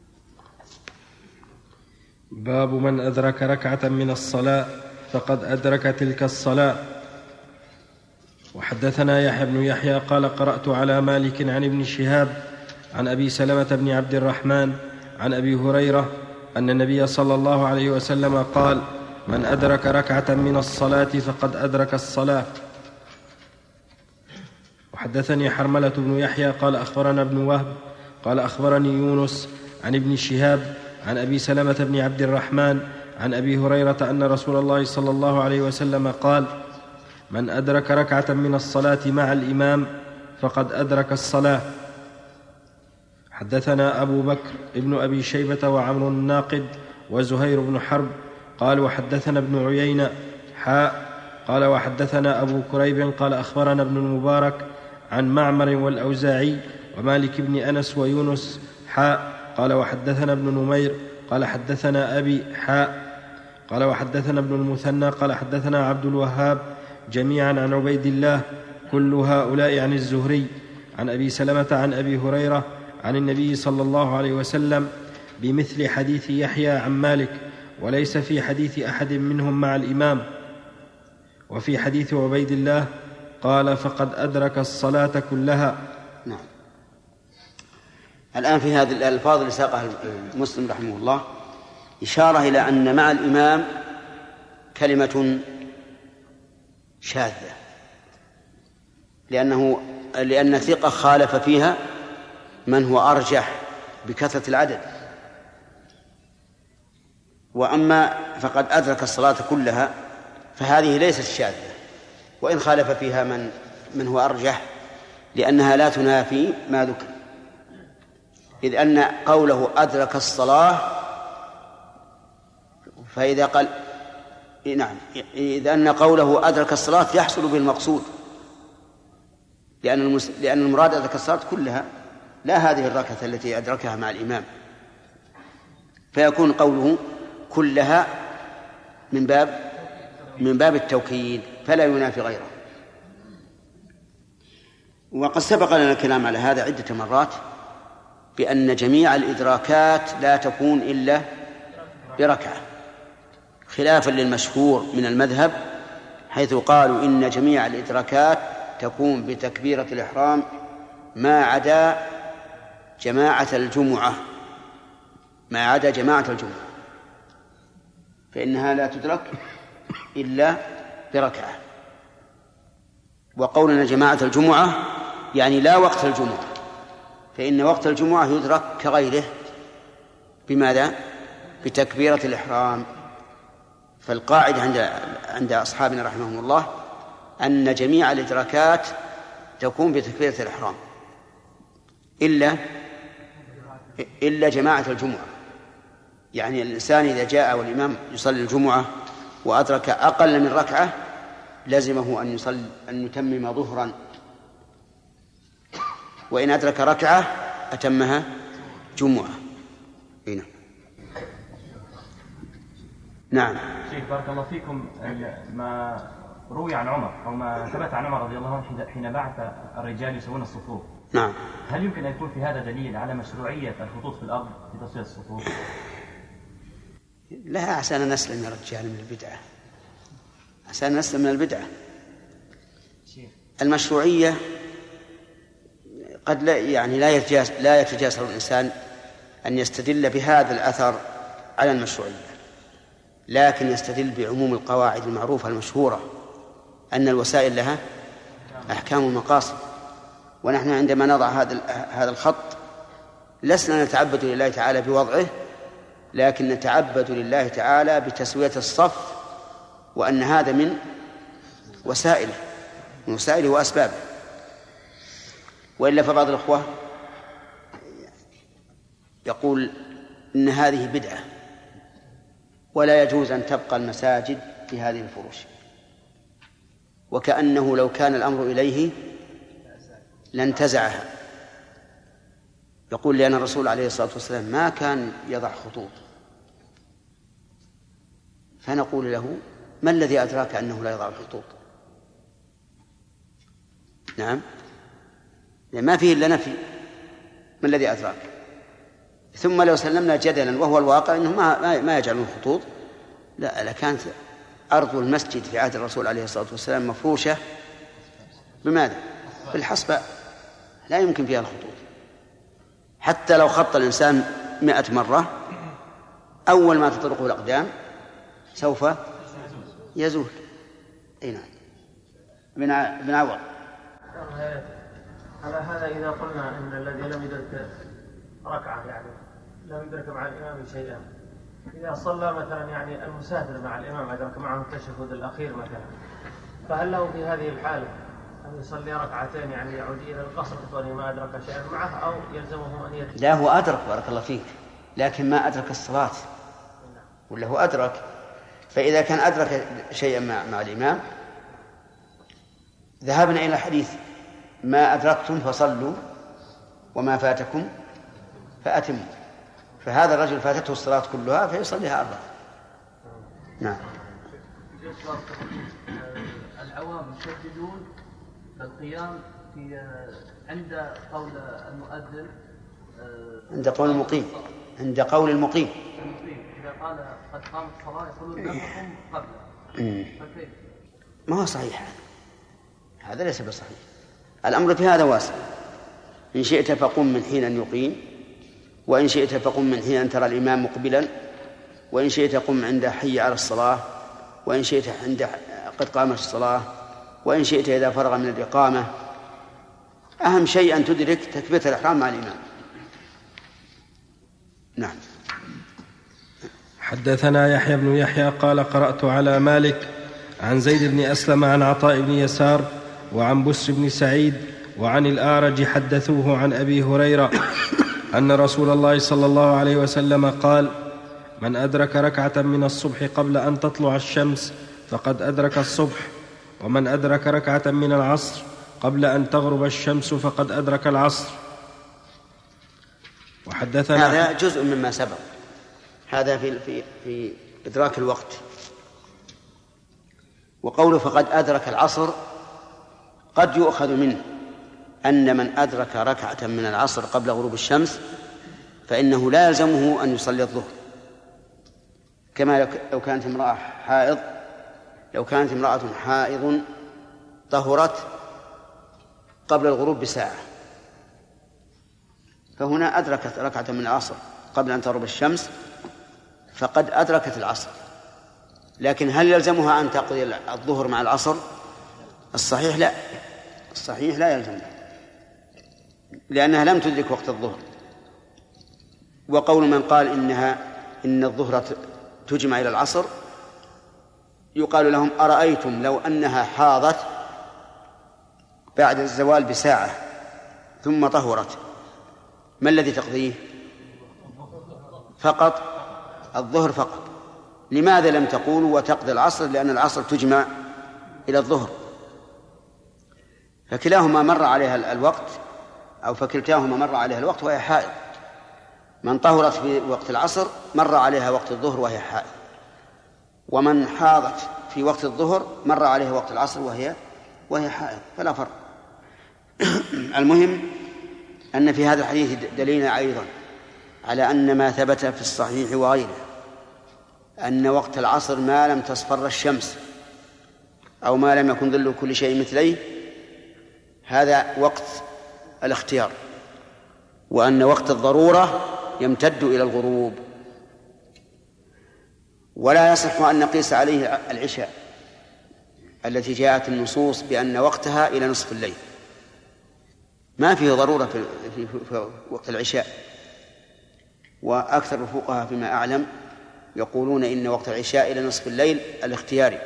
باب من أدرك ركعة من الصلاة فقد أدرك تلك الصلاة. وحدثنا يحيى بن يحيى قال قرأت على مالك عن ابن شهاب عن أبي سلمة بن عبد الرحمن عن أبي هريرة أن النبي صلى الله عليه وسلم قال: من أدرك ركعة من الصلاة فقد أدرك الصلاة. وحدثني حرملة بن يحيى قال أخبرنا ابن وهب قال أخبرني يونس عن ابن شهاب عن أبي سلمة بن عبد الرحمن عن أبي هريرة أن رسول الله صلى الله عليه وسلم قال: من أدرك ركعة من الصلاة مع الإمام فقد أدرك الصلاة. حدثنا أبو بكر ابن أبي شيبة وعمر الناقد وزهير بن حرب قال وحدثنا ابن عيينة قال وحدثنا أبو كريب قال أخبرنا ابن المبارك عن معمر والأوزاعي ومالك بن أنس ويونس قال وحدثنا ابن نمير قال حدثنا أبي قال وحدثنا ابن المثنى قال حدثنا عبد الوهاب جميعا عن عبيد الله كل هؤلاء عن الزهري عن أبي سلمة عن أبي هريرة عن النبي صلى الله عليه وسلم بمثل حديث يحيى عن مالك، وليس في حديث أحد منهم مع الإمام. وفي حديث عبيد الله قال فقد أدرك الصلاة كلها. نعم. الآن في هذه الألفاظ اللي ساقها مسلم رحمه الله إشارة إلى أن مع الإمام كلمة شاذة، لأن الثقة خالف فيها من هو أرجح بكثرة العدد. وأما فقد أدرك الصلاة كلها فهذه ليست شاذة، وإن خالف فيها من هو أرجح، لأنها لا تنافي ما ذكر، إذ أن قوله أدرك الصلاة فإذا قال نعم إذ أن قوله أدرك الصلاة يحصل بالمقصود، لأن المراد أدرك الصلاة كلها لا هذه الركعة التي أدركها مع الإمام، فيكون قوله كلها من باب التوكيد فلا ينافي غيره. وقد سبق لنا الكلام على هذا عدة مرات بأن جميع الإدراكات لا تكون إلا بركعة، خلافا للمشهور من المذهب حيث قالوا إن جميع الإدراكات تكون بتكبيرة الإحرام ما عدا جماعة الجمعة، فإنها لا تدرك إلا بركعة. وقولنا جماعة الجمعة يعني لا وقت الجمعة، فإن وقت الجمعة يدرك كغيره بماذا؟ بتكبيرة الإحرام. فالقاعدة عند أصحابنا رحمهم الله أن جميع الإدراكات تكون بتكبيرة الإحرام إلا جماعة الجمعة. يعني الإنسان إذا جاء والإمام يصلي الجمعة وأدرك أقل من ركعة لزمه أن يتمم ظهرا، وإن أدرك ركعة أتمها جمعة. هنا. نعم. شيخ بارك الله فيكم، ما روي عن عمر أو ما ثبت عن عمر رضي الله عنه حين بعث الرجال يسوون الصفوف. نعم. هل يمكن أن يكون في هذا دليل على مشروعية الخطوط في الأرض في تصوير الصفوف؟ لا، عشان نسلم يا رجال من البدعة، عشان نسلم من البدعة. المشروعية قد لا يتجاسر الإنسان أن يستدل بهذا الأثر على المشروعية، لكن يستدل بعموم القواعد المعروفة المشهورة أن الوسائل لها أحكام المقاصد. ونحن عندما نضع هذا الخط لسنا نتعبد لله تعالى بوضعه، لكن نتعبد لله تعالى بتسوية الصف، وأن هذا من وسائله وأسبابه. وإلا فبعض الأخوة يقول إن هذه بدعة ولا يجوز أن تبقى المساجد في هذه الفروش، وكأنه لو كان الأمر إليه لانتزعها. يقول لأن الرسول عليه الصلاة والسلام ما كان يضع خطوط. فنقول له: ما الذي أدراك أنه لا يضع الخطوط؟ نعم، ما فيه إلا نفي. ما الذي أدراك؟ ثم لو سلمنا جدلا وهو الواقع أنه ما يجعلون خطوط، لا، لكانت أرض المسجد في عهد الرسول عليه الصلاة والسلام مفروشة بماذا؟ بالحصباء، لا يمكن فيها الخطوط. حتى لو خط الإنسان 100 مرة، أول ما تطرقه الأقدام سوف يزول. أي نعم. بن عوض. على هذا إذا قلنا إن الذي لم يدرك ركعة يعني لم يدرك مع الإمام شيئا، إذا صلى مثلا يعني المسافر مع الإمام أدرك معه التشهد الأخير مثلا، فهل له في هذه الحالة أن يصلي ركعتين يعني يعود إلى القصر كونه ما أدرك شيئا معه، أو يلزمه أن يتجه؟ لا، هو أدرك بارك الله فيك، لكن ما أدرك الصلاة، ولا هو أدرك. فإذا كان أدرك شيئا مع الإمام ذهبنا إلى حديث: ما أدركتم فصلوا وما فاتكم فأتموا. فهذا الرجل فاتته الصلاة كلها فيصليها 4. نعم. العوام يشددون القيام عند قول المؤذن، عند قول المقيم، عند قول المقيم إذا قال قد قامت الصلاة يقولون لم تقم قبل. فكيف؟ ما هو صحيح، هذا ليس بصحيح. الأمر في هذا واسع. إن شئت فقم من حين أن يقيم، وإن شئت فقم من حين أن ترى الإمام مقبلا، وإن شئت قم عند حي على الصلاة، وإن شئت عند قد قامت الصلاة، وإن شئت إذا فرغ من الإقامة. أهم شيء أن تدرك تكبيرة الإحرام مع الإمام. نعم. حدثنا يحيى بن يحيى قال: قرأت على مالك عن زيد بن أسلم عن عطاء بن يسار وعن بسر بن سعيد وعن الأعرج حدثوه عن أبي هريرة أن رسول الله صلى الله عليه وسلم قال: من أدرك ركعة من الصبح قبل أن تطلع الشمس فقد أدرك الصبح، ومن أدرك ركعة من العصر قبل أن تغرب الشمس فقد أدرك العصر. وحدثنا هذا جزء مما سبق، هذا في إدراك الوقت. وقوله فقد أدرك العصر قد يؤخذ منه أن من أدرك ركعة من العصر قبل غروب الشمس فإنه لا يلزمه أن يصلي الظهر، كما لو كانت امرأة حائض، لو كانت امرأة حائض طهرت قبل الغروب بساعة، فهنا أدركت ركعة من العصر قبل أن تغرب الشمس فقد أدركت العصر. لكن هل يلزمها أن تقضي الظهر مع العصر؟ الصحيح لا، الصحيح لا يلزمها، لأنها لم تدرك وقت الظهر. وقول من قال إن الظهر تجمع إلى العصر يقال لهم أرأيتم لو أنها حاضت بعد الزوال بساعة ثم طهرت ما الذي تقضيه؟ فقط الظهر فقط. لماذا لم تقولوا وتقضي العصر؟ لأن العصر تجمع إلى الظهر، فكلاهما مر عليها الوقت أو فكلتاهما مر عليها الوقت وهي حائض. من طهرت في وقت العصر مر عليها وقت الظهر وهي حائض، ومن حاضت في وقت الظهر مر عليها وقت العصر وهي حائض، فلا فرق. المهم أن في هذا الحديث دليل أيضا على أن ما ثبت في الصحيح وغيره أن وقت العصر ما لم تصفر الشمس أو ما لم يكن ظل كل شيء مثليه هذا وقت الاختيار، وأن وقت الضرورة يمتد إلى الغروب. ولا يصح أن نقيس عليه العشاء التي جاءت النصوص بأن وقتها إلى نصف الليل، ما فيه ضرورة في وقت العشاء. وأكثر الفقهاء فيما أعلم يقولون إن وقت العشاء إلى نصف الليل الاختياري،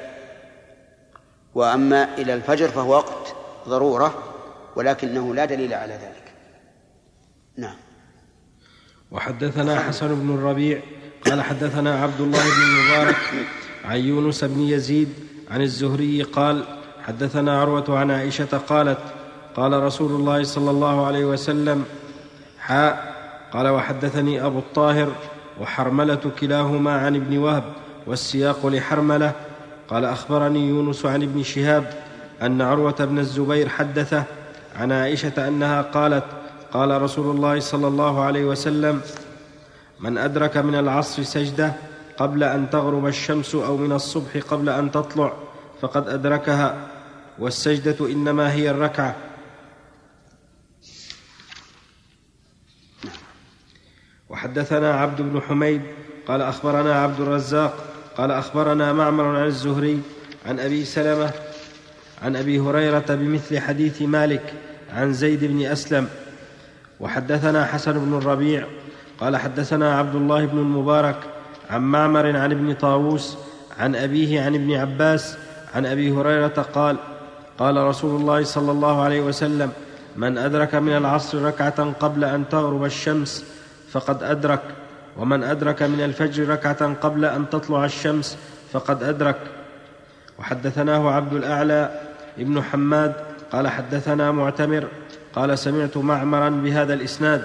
وأما إلى الفجر فهو وقت ضرورة ولكنه لا دليل على ذلك. نعم. وحدثنا حسن بن الربيع قال حدثنا عبد الله بن المبارك عن يونس بن يزيد عن الزهري قال حدثنا عروة عن عائشة قالت قال رسول الله صلى الله عليه وسلم قال وحدثني أبو الطاهر وحرملة كلاهما عن ابن وهب والسياق لحرملة قال أخبرني يونس عن ابن شهاب أن عروة بن الزبير حدثه عن عائشة أنها قالت قال رسول الله صلى الله عليه وسلم من أدرك من العصر سجدة قبل أن تغرب الشمس أو من الصبح قبل أن تطلع فقد أدركها، والسجدة إنما هي الركعة. وحدثنا عبد بن حميد قال أخبرنا عبد الرزاق قال أخبرنا معمر عن الزهري عن أبي سلمة عن أبي هريرة بمثل حديث مالك عن زيد بن أسلم. وحدثنا حسن بن الربيع قال حدثنا عبد الله بن المبارك عن معمر عن ابن طاووس عن أبيه عن ابن عباس عن أبي هريرة قال قال رسول الله صلى الله عليه وسلم من أدرك من العصر ركعة قبل أن تغرب الشمس فقد أدرك، ومن أدرك من الفجر ركعة قبل أن تطلع الشمس فقد أدرك. وحدثناه عبد الأعلى ابن حماد قال حدثنا معتمر قال سمعت معمرا بهذا الإسناد.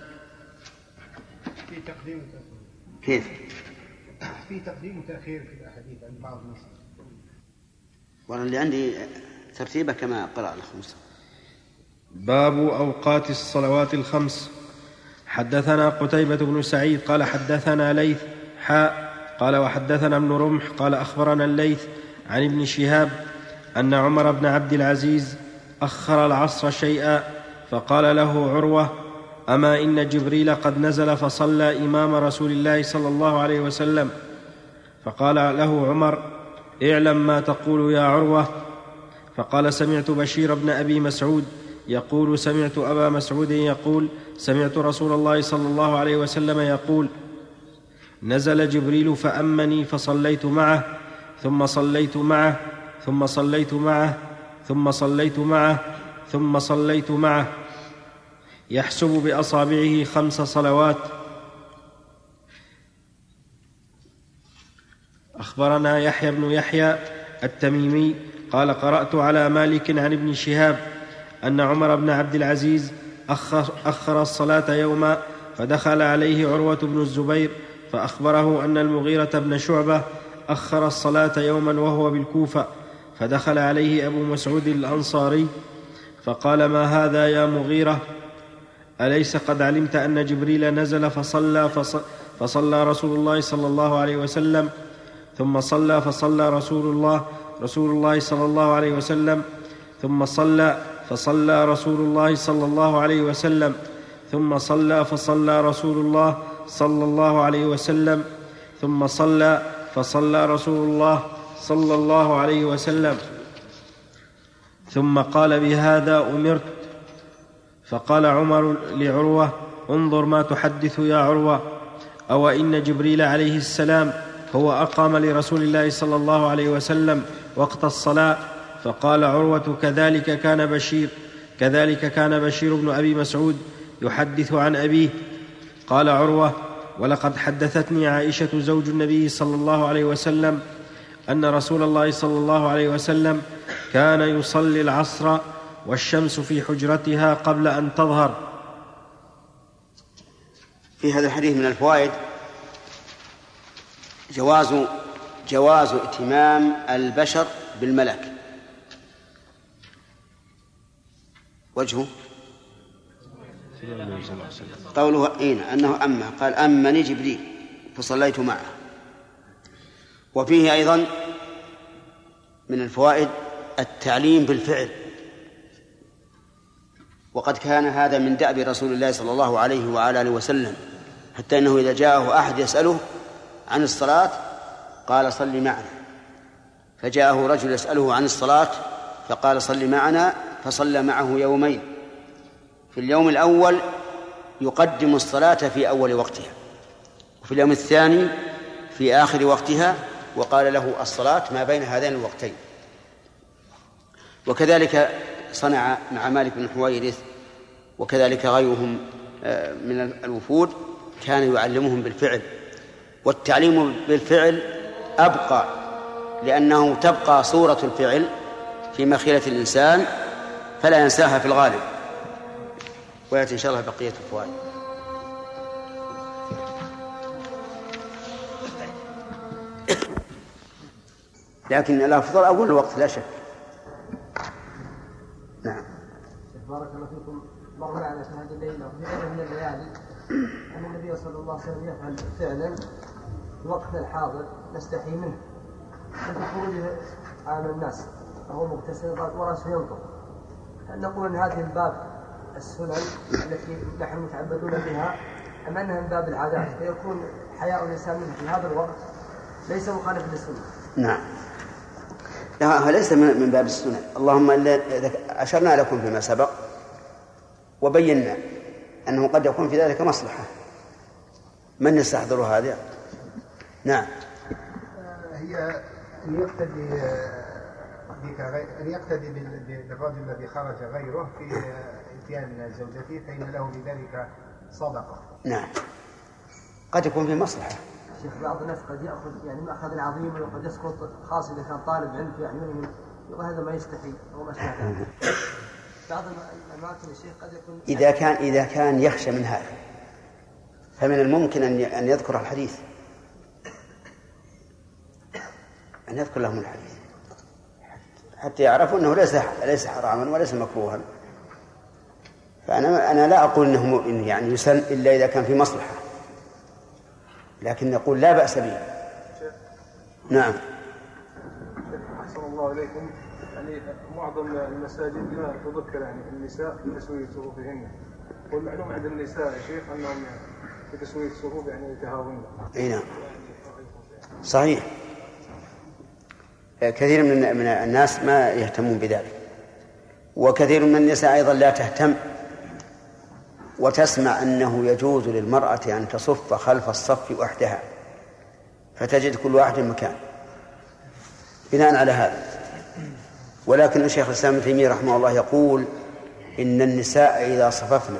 في تقديم وتأخير. كيف؟ في تقديم وتأخير في الأحاديث عند بعض الناس. والله اللي عندي ترتيبه كما قرأ الخمس. باب أوقات الصلوات الخمس. حدثنا قتيبة بن سعيد قال حدثنا ليث قال وحدثنا ابن رمح قال أخبرنا الليث عن ابن شهاب أن عمر بن عبد العزيز أخر العصر شيئا فقال له عروة أما إن جبريل قد نزل فصلى إمام رسول الله صلى الله عليه وسلم. فقال له عمر اعلم ما تقول يا عروة. فقال سمعت بشير بن أبي مسعود يقول سمعت أبا مسعود يقول سمعت رسول الله صلى الله عليه وسلم يقول نزل جبريل فأمني فصليت معه ثم صليت معه ثم صليت معه ثم صليت معه ثم صليت معه يحسب بأصابعه 5 صلوات. أخبرنا يحيى بن يحيى التميمي قال قرأت على مالك عن ابن شهاب أن عمر بن عبد العزيز أخر الصلاة يوما فدخل عليه عروة بن الزبير فأخبره أن المغيرة بن شعبة أخر الصلاة يوما وهو بالكوفة فدخل عليه أبو مسعود الأنصاري فقال ما هذا يا مغيرة أليس قد علمت أن جبريل نزل فصلى رسول الله صلى الله عليه وسلم ثم صلى فصلى رسول الله صلى الله عليه وسلم ثم صلى فصلى رسول الله صلى الله عليه وسلم ثم صلى فصلى رسول الله صلى الله عليه وسلم ثم صلى فصلى رسول الله صلى الله عليه وسلم ثم قال بهذا أمرت. فقال عمر لعروة انظر ما تحدث يا عروة أو إن جبريل عليه السلام هو أقام لرسول الله صلى الله عليه وسلم وقت الصلاة. فقال عروة: كذلك كان بشير بن أبي مسعود يحدث عن أبيه. قال عروة: ولقد حدثتني عائشة زوج النبي صلى الله عليه وسلم أن رسول الله صلى الله عليه وسلم كان يصلي العصر والشمس في حجرتها قبل أن تظهر. في هذا الحديث من الفوائد جواز ائتمام البشر بالملك. وجهه قوله أنه أما قال: أمني جبريل فصليت معه. وفيه أيضا من الفوائد التعليم بالفعل، وقد كان هذا من دأب رسول الله صلى الله عليه وعلى آله وسلم، حتى أنه إذا جاءه أحد يسأله عن الصلاة قال: صل معنا. فجاءه رجل يسأله عن الصلاة فقال: صل معنا، فصلى معه يومين. في اليوم الأول يقدم الصلاة في أول وقتها، وفي اليوم الثاني في آخر وقتها، وقال له: الصلاة ما بين هذين الوقتين. وكذلك صنع مع مالك بن حويرث، وكذلك غيرهم من الوفود، كان يعلمهم بالفعل. والتعليم بالفعل أبقى، لأنه تبقى صورة الفعل في مخيلة الإنسان فلا ينساها في الغالب. ويأتي إن شاء الله بقية الفوائد. لكن الأفضل أول الوقت لا شك. نعم. بارك الله فيكم. مر معنا في هذه الليلة وفي غيرها من الليالي أن النبي صلى الله عليه وسلم يفعل فعلا في وقتنا الحاضر نستحي منه، مثل خروجه على الناس وهو مغتسل ورأسه ينطق. هل نقول أن هذه من باب السنن التي نحن متعبدون بها، أم أنها من باب العادات فيكون حياء الإنسان منه في هذا الوقت ليس مخالفا للسنة؟ نعم، لا، ليس من باب السنن. اللهم إذا أشرنا لكم فيما سبق وبينا أنه قد يكون في ذلك مصلحة. من يستحضر هذا؟ نعم. هي أن يقتدي بالرجل الذي خرج غيره في اتيان زوجته، فإن له بذلك صدقة. نعم، قد يكون في مصلحة. شيخ، بعض الناس قد يأخذ يعني مأخذ عظيم وقد يسقط، خاصة إذا كان طالب علم في أعينهم، يقول هذا ما يستحي أو ما شابه. بعض الأماكن الشيخ قد يكون إذا كان يخشى من هذا، فمن الممكن أن يذكر الحديث، أن يذكر لهم الحديث حتى يعرفوا أنه ليس حراما وليس مكروها. فأنا لا أقول أنه يعني يسن إلا إذا كان في مصلحة، لكن نقول لا بأس به. نعم. أحسن الله إليكم. يعني معظم المساجد لا تذكر يعني النساء بتسوية صفوفهن، والمعلوم عند النساء يا شيخ أنهم في تسوية الصفوف يعني يتهاون. أي نعم، صحيح. كثير من الناس ما يهتمون بذلك، وكثير من النساء أيضا لا تهتم، وتسمع أنه يجوز للمرأة أن تصف خلف الصف وحدها، فتجد كل واحد مكان بناء على هذا. ولكن الشيخ الإسلام ابن تيمية رحمه الله يقول إن النساء إذا صففن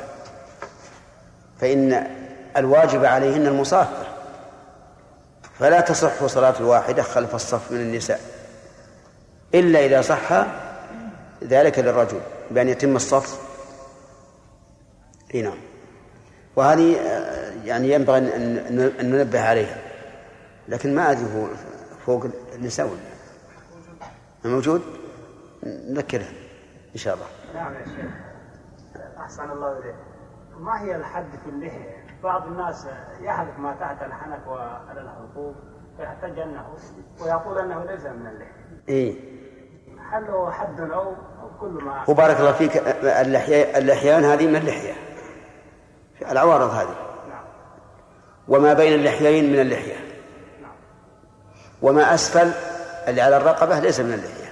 فإن الواجب عليهن المصافة، فلا تصح صلاة الواحدة خلف الصف من النساء إلا إذا صح ذلك للرجل بأن يتم الصف. نعم. وهذه يعني ينبغي أن ننبه عليها، لكن ما أدري فوق النساء موجود، نذكرها إن شاء الله. نعم يا شيخ، أحسن الله إليك. ما هي الحد في اللحية؟ بعض الناس يحلق ما تحت الحنك وعلى الحلقوم ويحتج أنه ويقول أنه ليس من اللحية. إيه. هل هو حد أو كل ما؟ وبارك الله فيك، اللحيان هذه من اللحية، العوارض هذه. نعم. وما بين اللحيين من اللحية. نعم. وما أسفل اللي على الرقبة ليس من اللحية.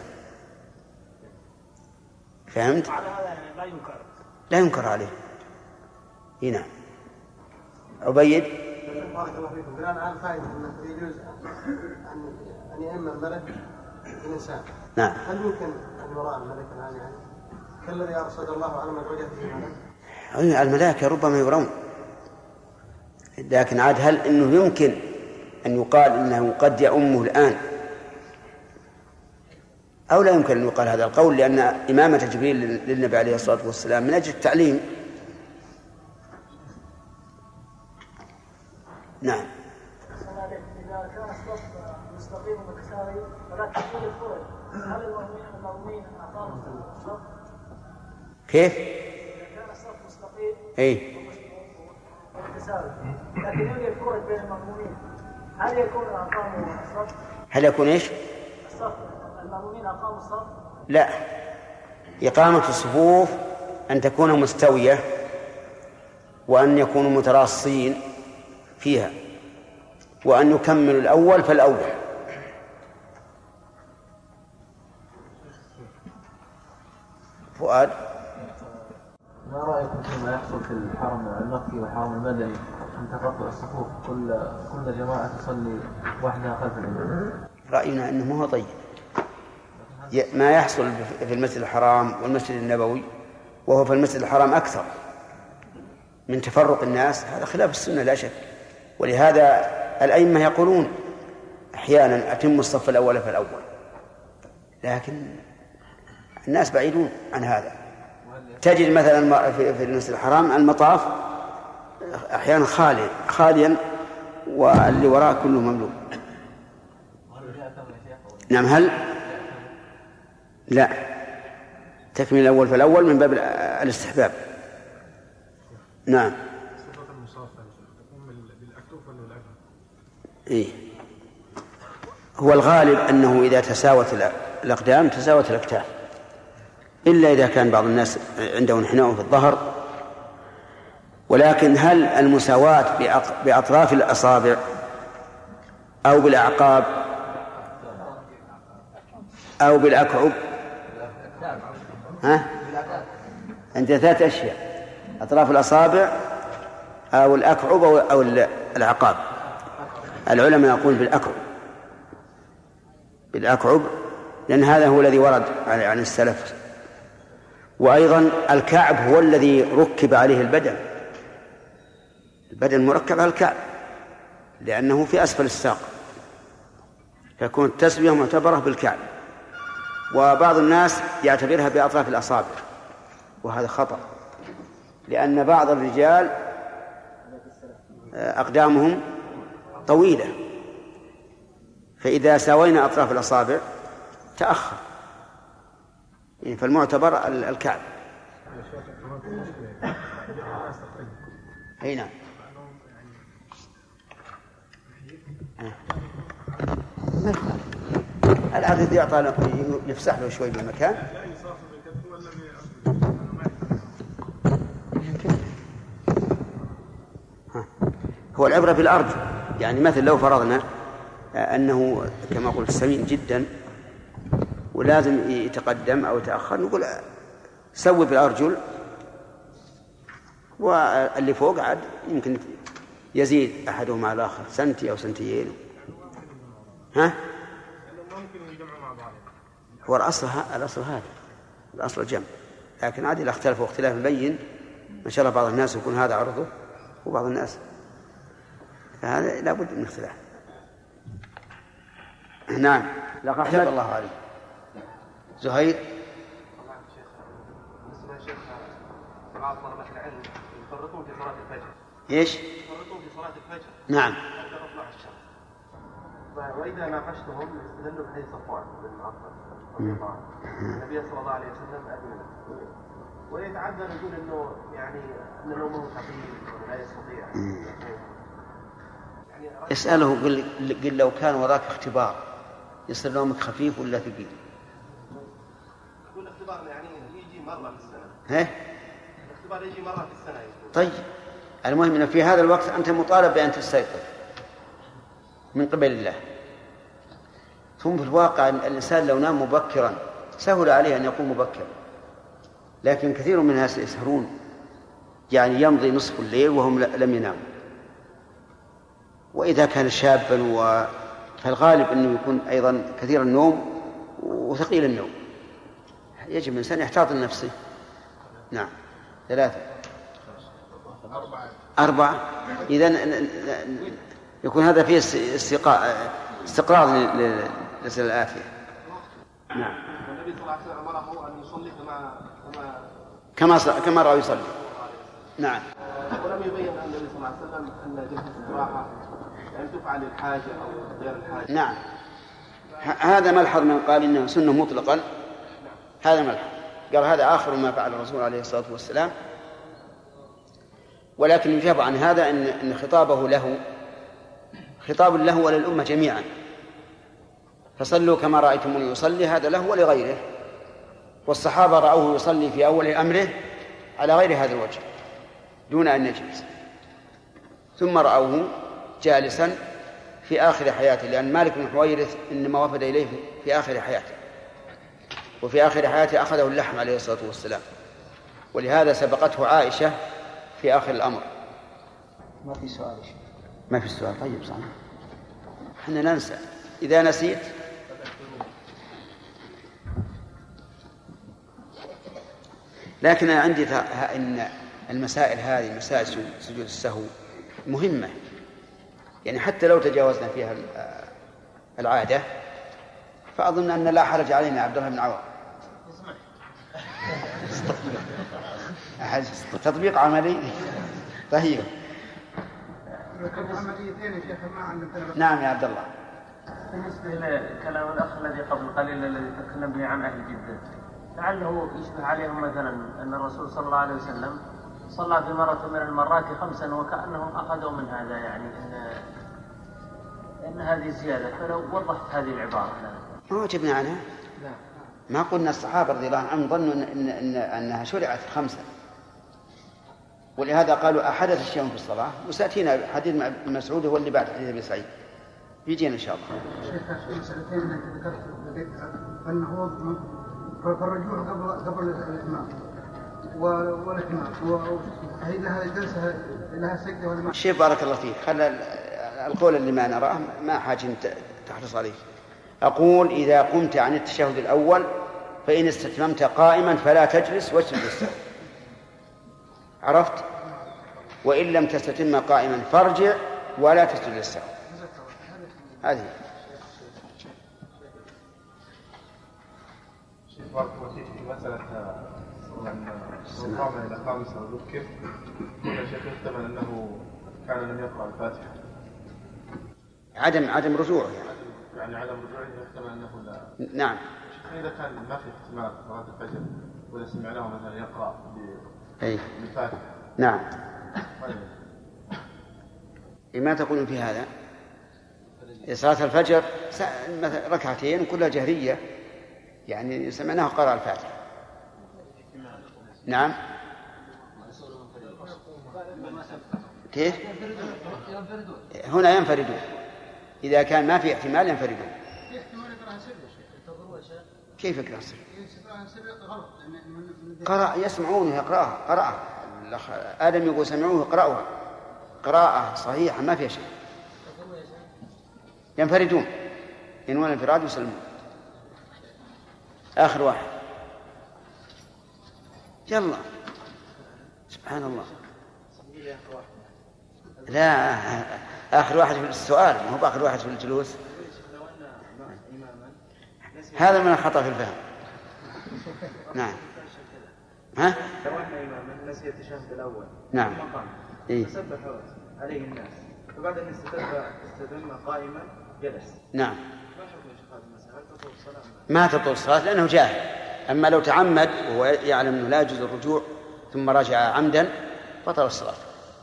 فهمت؟ على هذا يعني لا ينكر. لا ينكر عليه. هنا عبيد. بارك الله فيكم. الآن عن فائدة أنه يجوز أن يأمن الملك الإنسان. نعم. هل يمكن أن يرى الملك الآن يعني كالذي أرشد الله على من وجهته الملك؟ الملائكة ربما يرون، لكن عاد هل إنه يمكن أن يقال إنه قد يؤمه الآن أو لا يمكن أن يقال هذا القول؟ لأن إمامة جبريل للنبي عليه الصلاة والسلام من أجل التعليم. نعم. إذا كان الصف مستقيم ومتساوي ولكن فيه الفرج، هل المأمومين أقاموا الصف؟ كيف؟ إذا كان الصف مستقيم ومتساوي لكن يوجد الفرج بين المأمومين، هل يكون أقاموا الصف؟ هل يكون إيش؟ الصف المأمومين أقاموا الصف؟ لا، إقامة الصفوف أن تكون مستوية وأن يكونوا متراصين فيها وأن يكملوا الأول فالأول. فؤاد، ما رأيكم فيما يحصل في الحرم المكي والحرم المدني من تقطع الصفوف، كل جماعة تصلي وحدها خلف الإمام؟ رأينا أنه ما هو طيب. ما يحصل في المسجد الحرام والمسجد النبوي وهو في المسجد الحرام أكثر من تفرق الناس، هذا خلاف السنة لا شك. ولهذا الأئمة يقولون أحيانا أتم الصف الأول فالأول، لكن الناس بعيدون عن هذا. تجد مثلا في المسجد الحرام المطاف أحيانا خاليا واللي وراء كله مملوء. نعم. هل لا تكمل الأول فالأول من باب الاستحباب. نعم. إيه؟ هو الغالب أنه إذا تساوت الأقدام تساوت الأكتاف، إلا إذا كان بعض الناس عنده انحناء في الظهر. ولكن هل المساواة بأطراف الأصابع أو بالأعقاب أو بالأكعب؟ عند 3 أشياء: أطراف الأصابع أو الأكعب أو الأعقاب. العلماء يقول بالأكعب لأن هذا هو الذي ورد عن السلف. وأيضا الكعب هو الذي ركب عليه البدن مركب على الكعب لأنه في أسفل الساق، فيكون التسوية معتبرة بالكعب. وبعض الناس يعتبرها بأطراف الأصابع، وهذا خطأ، لأن بعض الرجال أقدامهم طويلة، فإذا ساوينا أطراف الأصابع تأخر، فالمعتبر الكعب. أي نعم. العدد يعطى يفسح له شوي بالمكان. هو العبرة بالأرض، يعني مثل لو فرضنا أنه كما قلت سمين جدا ولازم يتقدم أو يتأخر، نقول سوي بالأرجل، واللي فوق عاد يمكن يزيد أحدهما على الآخر سنتي أو سنتيين. هو الأصل هذا، الأصل الجمع، لكن عاد إذا اختلفوا اختلاف مبين ما شاء الله بعض الناس يكون هذا عرضه وبعض الناس، فهذا لا بد من اختلاف. نعم. لقد تاب الله عليه. زهير. بعض طلبة العلم يفرطون في صلاة الفجر. ايش؟ يفرطون في صلاة الفجر. نعم. حتى تطلع الشمس. وإذا ناقشتهم استدلوا بحديث صفوان بن عفان رضي الله عنه. النبي صلى الله عليه وسلم أذن له. ويتعذر يقول إنه يعني أن نومه خفيف ولا يستطيع. اسأله قل لو كان وراك اختبار يصير نومك خفيف ولا ثقيل؟ يقول الاختبار يعني يجي مرة في السنة. الاختبار يجي مرة في السنة. طيب المهم أن في هذا الوقت أنت مطالب بأن تستيقظ من قبل الله. ثم في الواقع الإنسان لو نام مبكرا سهل عليه أن يقوم مبكرا، لكن كثير من الناس يسهرون، يعني يمضي نصف الليل وهم لم يناموا. وإذا كان شابا فالغالب أنه يكون أيضا كثير النوم وثقيل النوم، يجب الإنسان يحتاط لنفسه. نعم. 3 4 إذن يكون هذا فيه استقرار للأسئلة الآتية. نعم. النبي صلى الله عليه وسلم أمره أن يصلي كما رأى يصلي. نعم. ولم يبين النبي صلى الله عليه وسلم أن جلسة الاستراحة يعني تفعل للحاجة أو غير الحاجة. نعم. هذا ملحظ من قال إنه سنة مطلقا، هذا ملحظ، قال هذا آخر ما فعل الرسول عليه الصلاة والسلام. ولكن يجاب عن هذا أن خطابه له خطاب له وللأمة جميعا، فصلوا كما رأيتموني يصلي، هذا له ولغيره. والصحابة رأوه يصلي في أول أمره على غير هذا الوجه دون أن يجلس، ثم رأوه جالسا في آخر حياته، لأن مالك بن حويرث إنما وفد إليه في آخر حياته، وفي آخر حياته أخذه اللحم عليه الصلاة والسلام، ولهذا سبقته عائشة في آخر الأمر. ما في سؤال. ما في السؤال. طيب صحيح، احنا ننسى إذا نسيت. لكن أنا عندي إن المسائل هذه مسائل سجود السهو مهمة، يعني حتى لو تجاوزنا فيها العادة فأظن أن لا حرج علينا. عبد الله بن عوض تطبيق عملي. طيب. نعم يا عبد الله. بالنسبة لكلام الأخ الذي قبل قليل الذي تكلم به عن أهل جدة، لعله يشبه عليهم مثلا أن الرسول صلى الله عليه وسلم صلى في مرة من المرات 5 وكأنهم أخذوا من هذا، يعني إن هذه زيادة. فلو وضحت هذه العبارة ما وجبنا عنها. ما قلنا الصحابة رضي الله عنهم ظنوا أنها شرعت 5، ولهذا قالوا أحدث الشيء في الصلاة. وسأتينا حديث ابن مسعود هو اللي بعد حديث ابي سعيد، يجينا إن شاء الله. شيخ في مسألتين التي ذكرت أنه فالرجوع قبل الإتمام والإتمام، هل هذه الجلسة لها سجدة ولا ما؟ شيخ بارك الله فيك، خلى القول اللي ما نراه ما حاجة تحرص عليه. أقول إذا قمت عن التشهد الأول فإن استتممت قائما فلا تجلس واسجد للسهو، عرفت؟ وإن لم تستتم قائما فارجع ولا تسجد للسهو. هذه شيخ بارك الله فيك في مسألة الرقام إلى 5 وذكر، قلنا الشيخ يحتمل أنه كان لم يقرأ الفاتحة، عدم رجوع يعني عدم رجوعه يحتمل أنه لا. نعم. إذا كان ما في احتمال صلاة الفجر وإذا سمعناه مثلا يقرأ بالفاتحة. نعم. ما تقولون في هذا؟ صلاة الفجر 2 ركعتين كلها جهرية، يعني سمعناه قرأ الفاتحة. نعم. كيف؟ هنا ينفردون، إذا كان ما في احتمال ينفردون. كيف يقرأ سر؟ قرأ يسمعونه يقرأها، قرأها. آدم يقول سمعوه يقرأها قراءة صحيحة ما فيها شيء. ينفردون، ينوون الانفراد ويسلمون. آخر واحد. يلا سبحان الله. لا آخر واحد في السؤال، ما هو آخر واحد في الجلوس. هذا من الخطأ في الفهم. نعم. ها؟ لو أن إماما نسي التشهد الأول. نعم. فسبح عليه الناس، فبعد أن استتم قائما جلس. نعم. ما حكم يا شيخ هذه المسألة؟ هل تطول الصلاة؟ ما تطول الصلاة لأنه جاهل. أما لو تعمد وهو يعلم أنه لا يجوز الرجوع ثم رجع عمدا بطل الصلاة.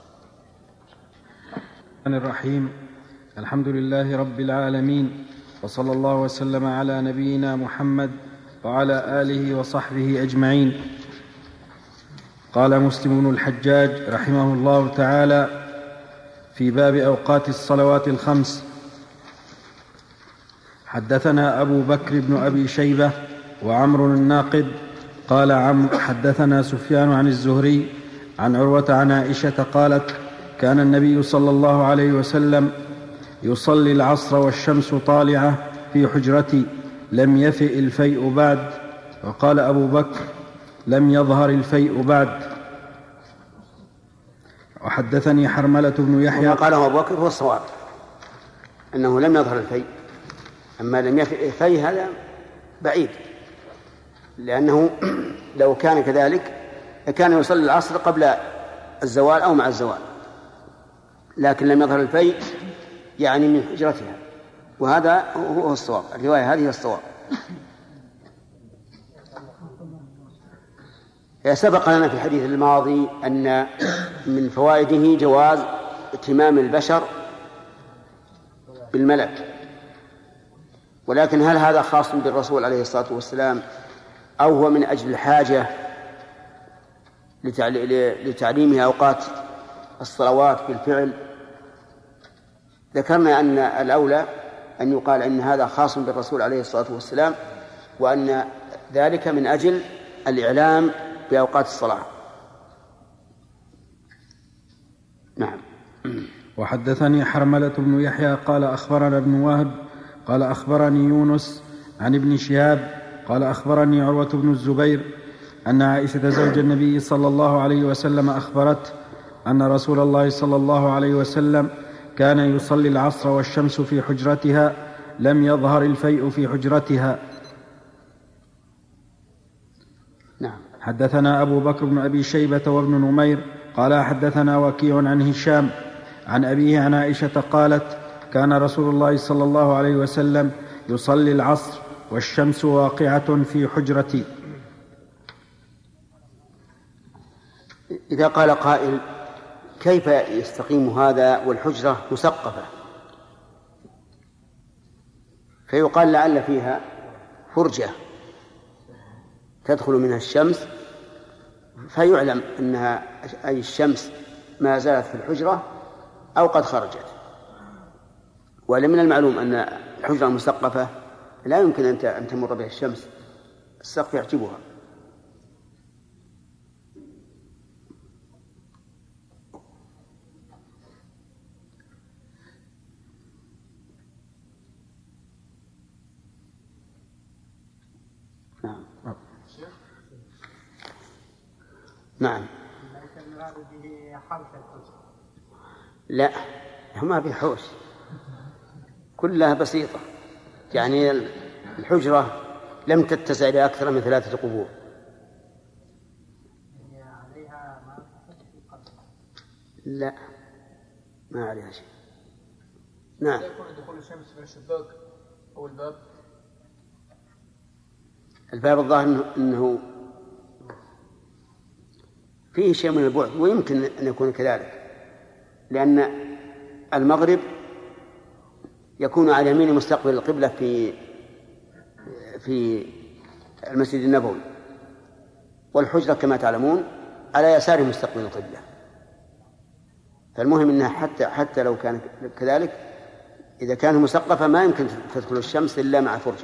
الرحمن الرحيم. الحمد لله رب العالمين، وصلى الله وسلم على نبينا محمد وعلى آله وصحبه أجمعين. قال مسلم بن الحجاج رحمه الله تعالى في باب أوقات الصلوات الخمس: حدثنا أبو بكر بن أبي شيبة وعمر الناقد قال حدثنا سفيان عن الزهري عن عروة عن عائشة قالت: كان النبي صلى الله عليه وسلم يصلي العصر والشمس طالعة في حجرتي لم يفئ الفيء بعد. وقال أبو بكر لم يظهر الفيء بعد. وحدثني حرملة بن يحيى. وما قاله أبو بكر هو الصواب، أنه لم يظهر الفيء. أما لم يفئ الفيء هذا بعيد، لأنه لو كان كذلك كان يصلي العصر قبل الزوال أو مع الزوال، لكن لم يظهر الفيء يعني من حجرتها، وهذا هو الصواب. الرواية هذه هي الصواب. سبق لنا في الحديث الماضي أن من فوائده جواز ائتمام البشر بالملك، ولكن هل هذا خاص بالرسول عليه الصلاة والسلام أو هو من أجل الحاجة لتعليمه أوقات الصلوات بالفعل؟ ذكرنا أن الأولى أن يقال أن هذا خاص بالرسول عليه الصلاة والسلام، وأن ذلك من أجل الإعلام بأوقات الصلاة. نعم. وحدثني حرملة بن يحيى قال أخبرنا ابن وهب قال أخبرني يونس عن ابن شهاب قال أخبرني عروة بن الزبير أن عائشة زوج النبي صلى الله عليه وسلم أخبرت أن رسول الله صلى الله عليه وسلم كان يصلي العصر والشمس في حجرتها لم يظهر الفيء في حجرتها. نعم. حدثنا أبو بكر بن أبي شيبة وابن نمير قال حدثنا وكيع عن هشام عن أبيه عن عائشة قالت كان رسول الله صلى الله عليه وسلم يصلي العصر والشمس واقعة في حجرتي. إذا قال قائل كيف يستقيم هذا والحجرة مسقفة؟ فيقال لعل فيها فرجة تدخل منها الشمس فيعلم أنها أي الشمس ما زالت في الحجرة أو قد خرجت. ولمن المعلوم أن الحجرة المسقفة لا يمكن أن تمر بها الشمس، السقف يحجبها. نعم. نعم. لا، ما في حوش، كلها بسيطة، يعني الحجرة لم تتسع لأكثر من 3 قبور. لا، ما عليها شيء. نعم. يكون دخول الشمس من الشباك أو الباب؟ الباب الظاهر أنه فيه شيء من البعد، ويمكن أن يكون كذلك، لأن المغرب يكون على يمين مستقبل القبلة في المسجد النبوي، والحجرة كما تعلمون على يسار مستقبل القبلة. فالمهم أنها حتى لو كان كذلك إذا كانت مسقفة ما يمكن تدخل الشمس إلا مع فرجة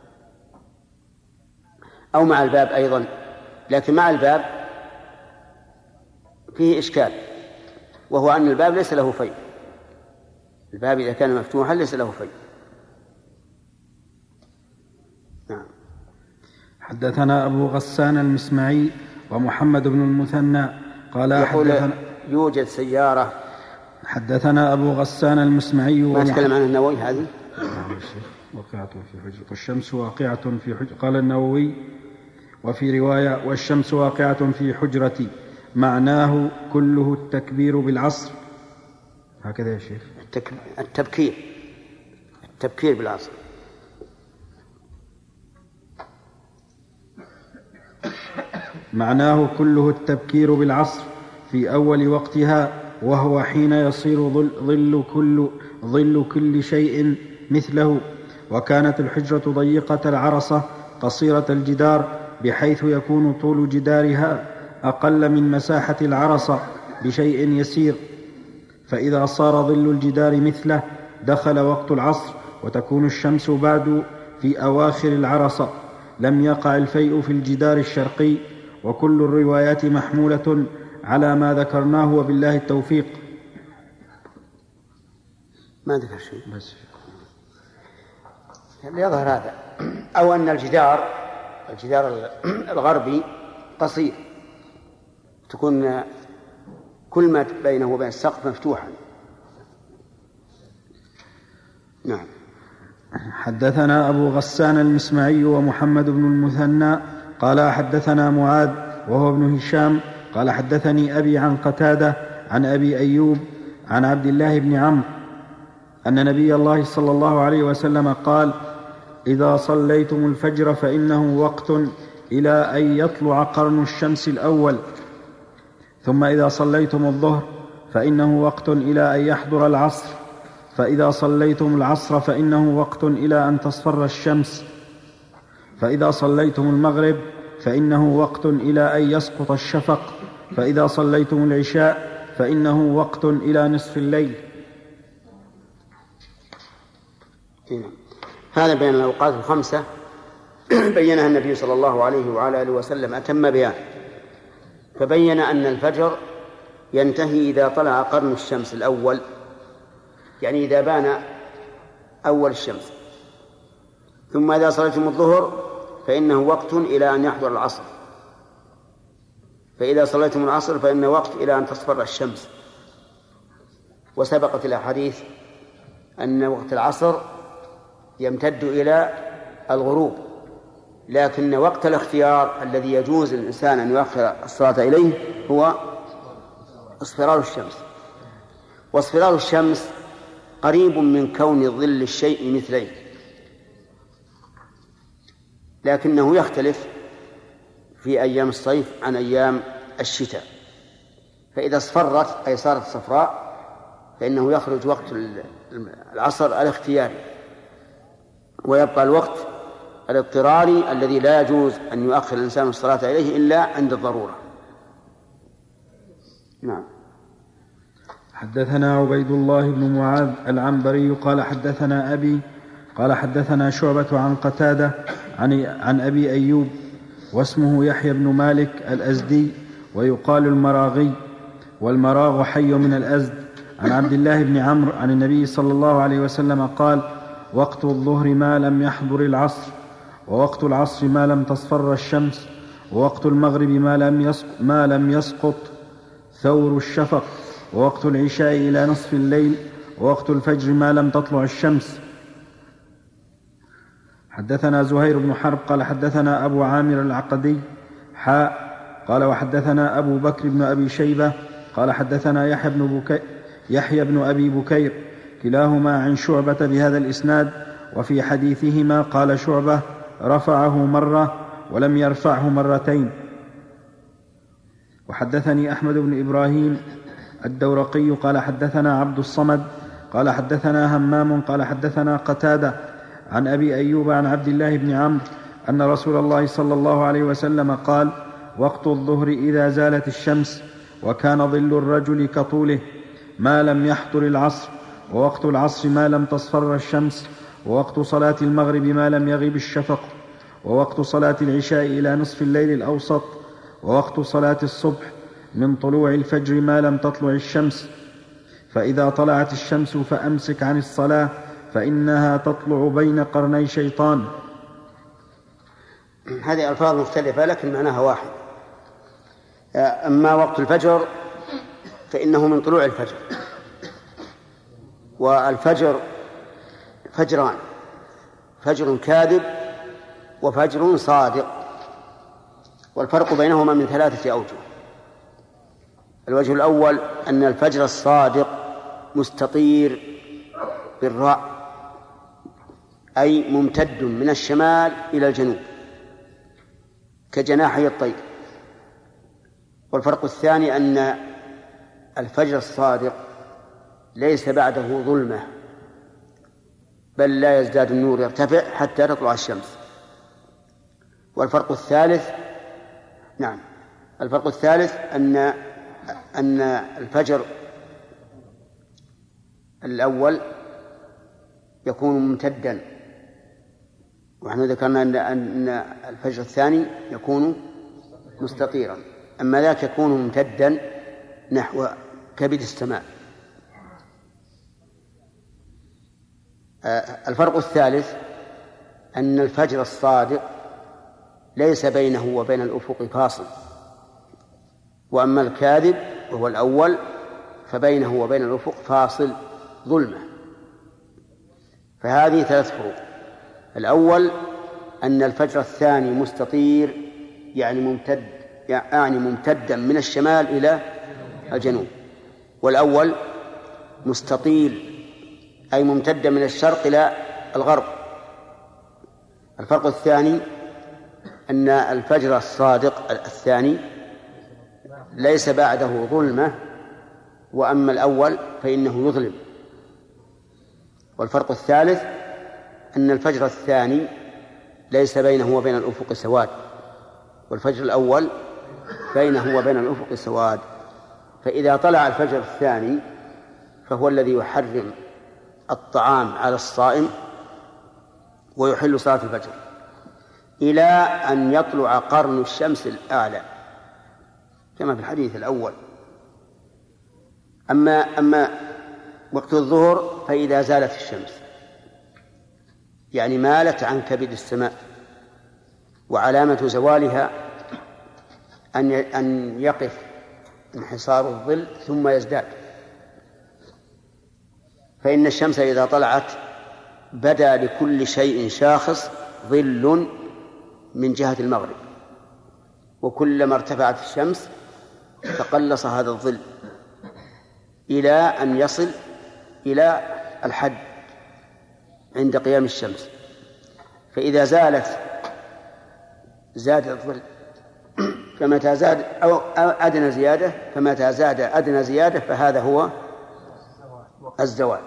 أو مع الباب أيضا. لكن مع الباب فيه إشكال، وهو أن الباب ليس له فيء. الباب إذا كان مفتوحا ليس له فيء. نعم. حدثنا أبو غسان المسمعي ومحمد بن المثنى قال حدثنا يوجد سيارة. حدثنا أبو غسان المسمعي ما تكلم عن النووي هذه واقعة في حجر والشمس واقعة في حجر. قال النووي وفي رواية والشمس واقعة في حجرتي معناه كله التكبير بالعصر. هكذا يا شيخ. التبكير بالعصر. معناه كله التبكير بالعصر في أول وقتها، وهو حين يصير ظل كل شيء مثله. وكانت الحجرة ضيقة العرصة قصيرة الجدار، بحيث يكون طول جدارها أقل من مساحة العرصة بشيء يسير. فإذا صار ظل الجدار مثله دخل وقت العصر، وتكون الشمس بعد في أواخر العرصة. لم يقع الفيء في الجدار الشرقي. وكل الروايات محمولة على ما ذكرناه، وبالله التوفيق. ما ذكر شيء بس يظهر هذا، أو أن الجدار الغربي قصير، تكون كل ما بينه وبين السقف مفتوحا. نعم. حدثنا أبو غسان المسمعي ومحمد بن المثنى قال حدثنا معاذ وهو ابن هشام قال حدثني أبي عن قتادة عن أبي أيوب عن عبد الله بن عمرو أن نبي الله صلى الله عليه وسلم قال: إذا صليتم الفجر فإنه وقت إلى أن يطلع قرن الشمس الأول، ثم إذا صليتم الظهر فإنه وقت إلى أن يحضر العصر، فإذا صليتم العصر فإنه وقت إلى أن تصفر الشمس، فإذا صليتم المغرب فإنه وقت إلى أن يسقط الشفق، فإذا صليتم العشاء فإنه وقت إلى نصف الليل. هذا بين الأوقات الخمسة بينها النبي صلى الله عليه وعلى آله وسلم أتم بيان، فبين أن الفجر ينتهي إذا طلع قرن الشمس الأول، يعني إذا بان أول الشمس، ثم إذا صليتم الظهر فإنه وقت إلى أن يحضر العصر، فإذا صليتم العصر فإنه وقت إلى أن تصفر الشمس. وسبقت الأحاديث أن وقت العصر يمتد إلى الغروب، لكن وقت الاختيار الذي يجوز للإنسان أن يؤخر الصلاة إليه هو اصفرار الشمس. واصفرار الشمس قريب من كون ظل الشيء مثليه، لكنه يختلف في أيام الصيف عن أيام الشتاء. فإذا اصفرت أي صارت صفراء فإنه يخرج وقت العصر الاختياري، ويبقى الوقت الاضطراري الذي لا يجوز أن يؤخر الإنسان الصلاة إليه إلا عند الضرورة. نعم. حدثنا عبيد الله بن معاذ العنبري قال حدثنا أبي قال حدثنا شعبة عن قتادة عن أبي أيوب واسمه يحيى بن مالك الأزدي ويقال المراغي، والمراغ حي من الأزد، عن عبد الله بن عمرو عن النبي صلى الله عليه وسلم قال: وقت الظهر ما لم يحضر العصر، ووقت العصر ما لم تصفر الشمس، ووقت المغرب ما لم يسقط ثور الشفق، ووقت العشاء إلى نصف الليل، ووقت الفجر ما لم تطلع الشمس. حدثنا زهير بن حرب قال حدثنا أبو عامر العقدي قال وحدثنا أبو بكر بن أبي شيبة قال حدثنا يحيى بن أبي بكير كلاهما عن شعبة بهذا الإسناد، وفي حديثهما قال شعبة: رفعه مرة ولم يرفعه مرتين. وحدثني أحمد بن إبراهيم الدورقي قال حدثنا عبد الصمد قال حدثنا همام قال حدثنا قتادة عن أبي أيوب عن عبد الله بن عمرو أن رسول الله صلى الله عليه وسلم قال: وقت الظهر إذا زالت الشمس وكان ظل الرجل كطوله ما لم يحضر العصر، ووقت العصر ما لم تصفر الشمس، ووقت صلاة المغرب ما لم يغب الشفق، ووقت صلاة العشاء إلى نصف الليل الأوسط، ووقت صلاة الصبح من طلوع الفجر ما لم تطلع الشمس، فإذا طلعت الشمس فأمسك عن الصلاة فإنها تطلع بين قرني شيطان. هذه ألفاظ مختلفة لكن معناها واحد. أما وقت الفجر فإنه من طلوع الفجر، والفجر فجران: فجر كاذب وفجر صادق، والفرق بينهما من 3 أوجه. الوجه الأول أن الفجر الصادق مستطير بالراء، أي ممتد من الشمال إلى الجنوب كجناحي الطير. والفرق الثاني أن الفجر الصادق ليس بعده ظلمة، بل لا يزداد النور، يرتفع حتى تطلع الشمس. والفرق الثالث الفرق الثالث أن الفجر الأول يكون ممتدا، ونحن ذكرنا أن الفجر الثاني يكون مستطيرا، أما ذاك يكون ممتدا نحو كبد السماء. الفرق الثالث أن الفجر الصادق ليس بينه وبين الأفق فاصل، وأما الكاذب وهو الأول فبينه وبين الأفق فاصل ظلمة. فهذه ثلاث فروق. الأول أن الفجر الثاني مستطير، يعني ممتدا من الشمال إلى الجنوب، والأول مستطيل أي ممتدا من الشرق إلى الغرب. الفرق الثاني أن الفجر الصادق الثاني ليس بعده ظلمة، وأما الأول فإنه يظلم. والفرق الثالث أن الفجر الثاني ليس بينه وبين الأفق سواد، والفجر الأول بينه وبين الأفق سواد. فإذا طلع الفجر الثاني فهو الذي يحرم الطعام على الصائم ويحل صلاة الفجر إلى أن يطلع قرن الشمس الأعلى كما في الحديث الأول. أما وقت الظهر فإذا زالت الشمس، يعني مالت عن كبد السماء، وعلامة زوالها أن يقف انحصار الظل ثم يزداد. فإن الشمس إذا طلعت بدا لكل شيء شاخص ظل من جهة المغرب، وكلما ارتفعت الشمس تقلص هذا الظل إلى أن يصل إلى الحد عند قيام الشمس. فإذا زالت زاد الظل، فمتى زاد أو أدنى زيادة، فمتى زاد أدنى زيادة فهذا هو الزوال.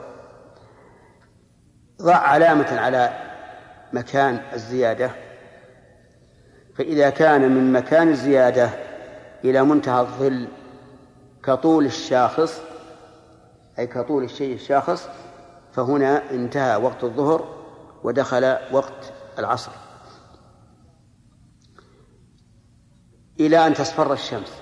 ضع علامة على مكان الزيادة، فإذا كان من مكان الزيادة إلى منتهى الظل كطول الشاخص، أي كطول الشيء الشاخص، فهنا انتهى وقت الظهر ودخل وقت العصر إلى أن تصفر الشمس،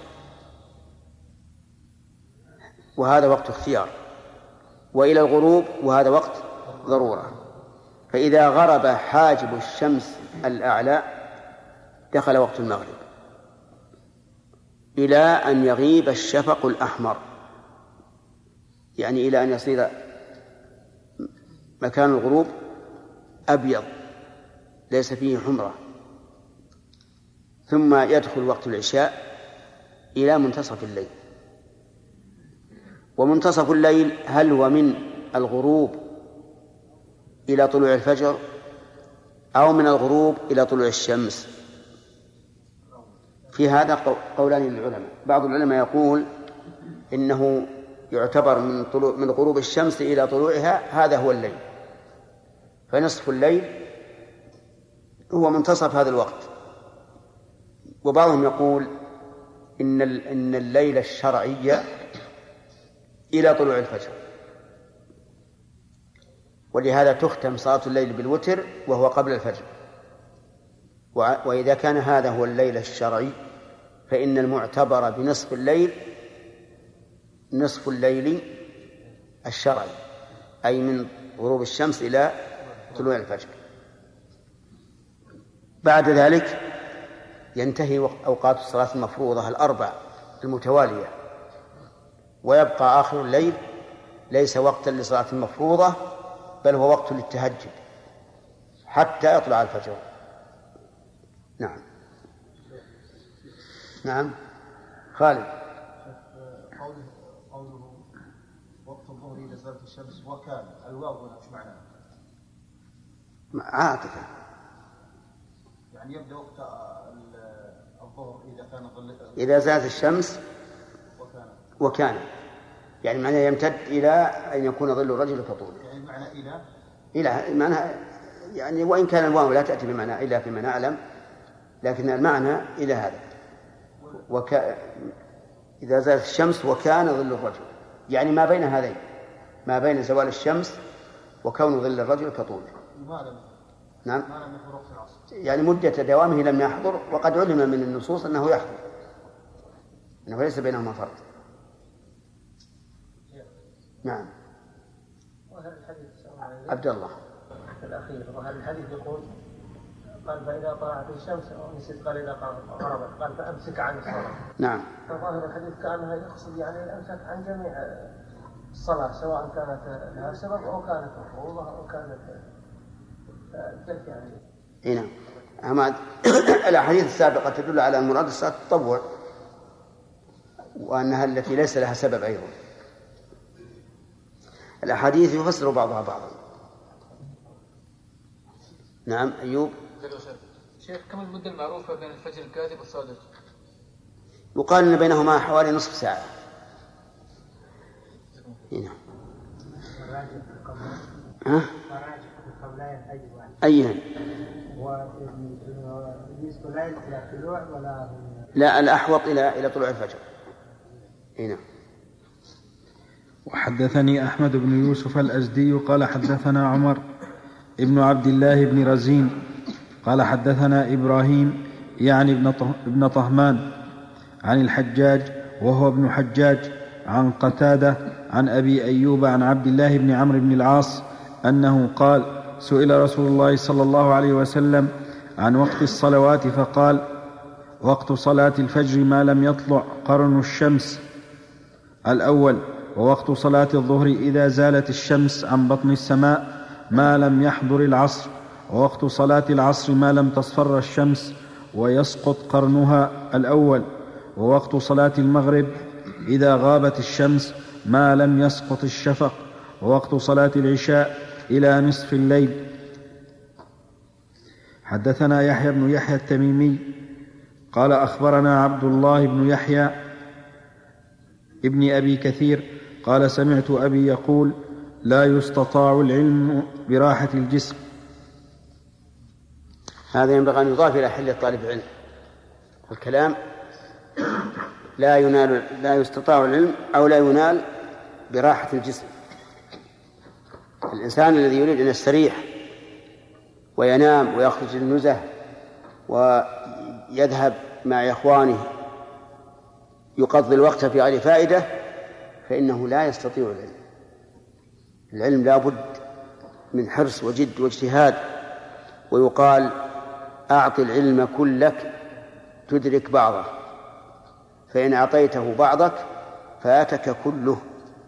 وهذا وقت اختيار، وإلى الغروب وهذا وقت ضرورة. فإذا غرب حاجب الشمس الأعلى دخل وقت المغرب إلى أن يغيب الشفق الأحمر، يعني إلى أن يصير مكان الغروب أبيض ليس فيه حمرة، ثم يدخل وقت العشاء إلى منتصف الليل. ومنتصف الليل هل هو من الغروب إلى طلوع الفجر أو من الغروب إلى طلوع الشمس؟ في هذا قولان للعلماء. بعض العلماء يقول إنه يعتبر من غروب الشمس إلى طلوعها هذا هو الليل، فنصف الليل هو منتصف هذا الوقت. وبعضهم يقول إن الليل الشرعي إلى طلوع الفجر، ولهذا تختم صلاة الليل بالوتر وهو قبل الفجر. وإذا كان هذا هو الليل الشرعي فإن المعتبر بنصف الليل نصف الليل الشرعي، أي من غروب الشمس إلى طلوع الفجر. بعد ذلك ينتهي أوقات الصلاة المفروضة الأربع المتوالية، ويبقى آخر الليل ليس وقتا لصلاة المفروضة بل هو وقت للتهجد حتى يطلع الفجر. نعم نعم خالد. قوله وقت الظهر إذا زالت الشمس وكان الواو هنا ايش معناه؟ عاطفة، يعني يبدأ وقت الظهر إذا كان إذا زالت الشمس وكان يعني معناه يمتد إلى أن يكون ظل الرجل كطوله. يعني معنى إلى معنى يعني، وإن كان الواو لا تأتي بمعنى إلى فيما نعلم، لكن المعنى إلى هذا إذا زالت الشمس وكان ظل الرجل، يعني ما بين هذين، ما بين زوال الشمس وكون ظل الرجل كطوله. نعم، يعني مدة دوامه لم يحضر، وقد علم من النصوص أنه يحضر، أنه ليس بينهما فرق. نعم عبد الله. الأخير، وهذا الحديث يقول قال فإذا طلعت الشمس أو نسيت قال إذا غربت قال فأمسك عن الصلاة. نعم. فظاهر الحديث كأنها يقصد يعني الأمسك عن جميع الصلاة سواء كانت لها سبب أو كانت مفروضة أو كانت كيف يعني. نعم. أما الأحاديث السابقة تدل على المراد الصلاة التطوع وأنها التي ليس لها سبب أيضا. الأحاديث يفسر بعضها بعضا. نعم. أيوب. شيخ كم المدة المعروفة بين الفجر الكاذب والصادق؟ يقال أن بينهما حوالي نصف ساعة. هنا. ها؟ أيها؟ لا الأحوط إلى طلوع الفجر. هنا. وحدثني أحمد بن يوسف الأزدي قال حدثنا عمر ابن عبد الله بن رزين قال حدثنا إبراهيم يعني ابن طهمان عن الحجاج وهو ابن حجاج عن قتادة عن أبي أيوب عن عبد الله بن عمرو بن العاص أنه قال سئل رسول الله صلى الله عليه وسلم عن وقت الصلوات فقال وقت صلاة الفجر ما لم يطلع قرن الشمس الأول، ووقت صلاة الظهر إذا زالت الشمس عن بطن السماء ما لم يحضر العصر، ووقت صلاة العصر ما لم تصفر الشمس ويسقط قرنها الأول، ووقت صلاة المغرب إذا غابت الشمس ما لم يسقط الشفق، ووقت صلاة العشاء إلى نصف الليل. حدثنا يحيى بن يحيى التميمي قال أخبرنا عبد الله بن يحيى ابن أبي كثير قال سمعت أبي يقول لا يستطاع العلم براحة الجسم. هذا ينبغي أن يضاف إلى حل طالب العلم. الكلام لا يستطاع العلم أو لا ينال براحة الجسم. الإنسان الذي يريد أن يستريح وينام ويخرج النزه ويذهب مع إخوانه يقضي الوقت في غير فائدة فإنه لا يستطيع العلم. العلم لا بد من حرص وجد واجتهاد، ويقال أعط العلم كلك تدرك بعضه، فإن أعطيته بعضك فاتك كله.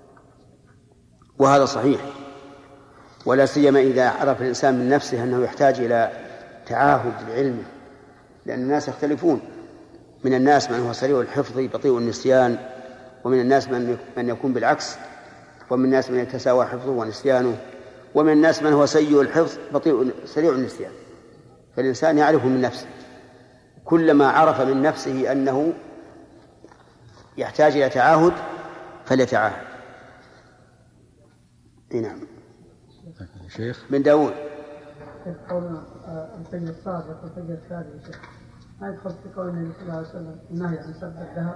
وهذا صحيح، ولا سيما إذا عرف الإنسان من نفسه أنه يحتاج إلى تعاهد العلم، لأن الناس يختلفون. من الناس من هو سريع الحفظ بطيء النسيان، ومن الناس من يكون بالعكس، ومن الناس من يتساوى حفظه ونسيانه، ومن الناس من هو سيء الحفظ سريع النسيان. فالإنسان يعرف من نفسه، كلما عرف من نفسه أنه يحتاج إلى تعاهد فليتعاهد. نعم. شيخ بن داود. قولنا الفجر الصادق والفجر الكاذب يا شيخ، ما يدخل في قول النبي صلى الله عليه وسلم النهي عن سب الذهب؟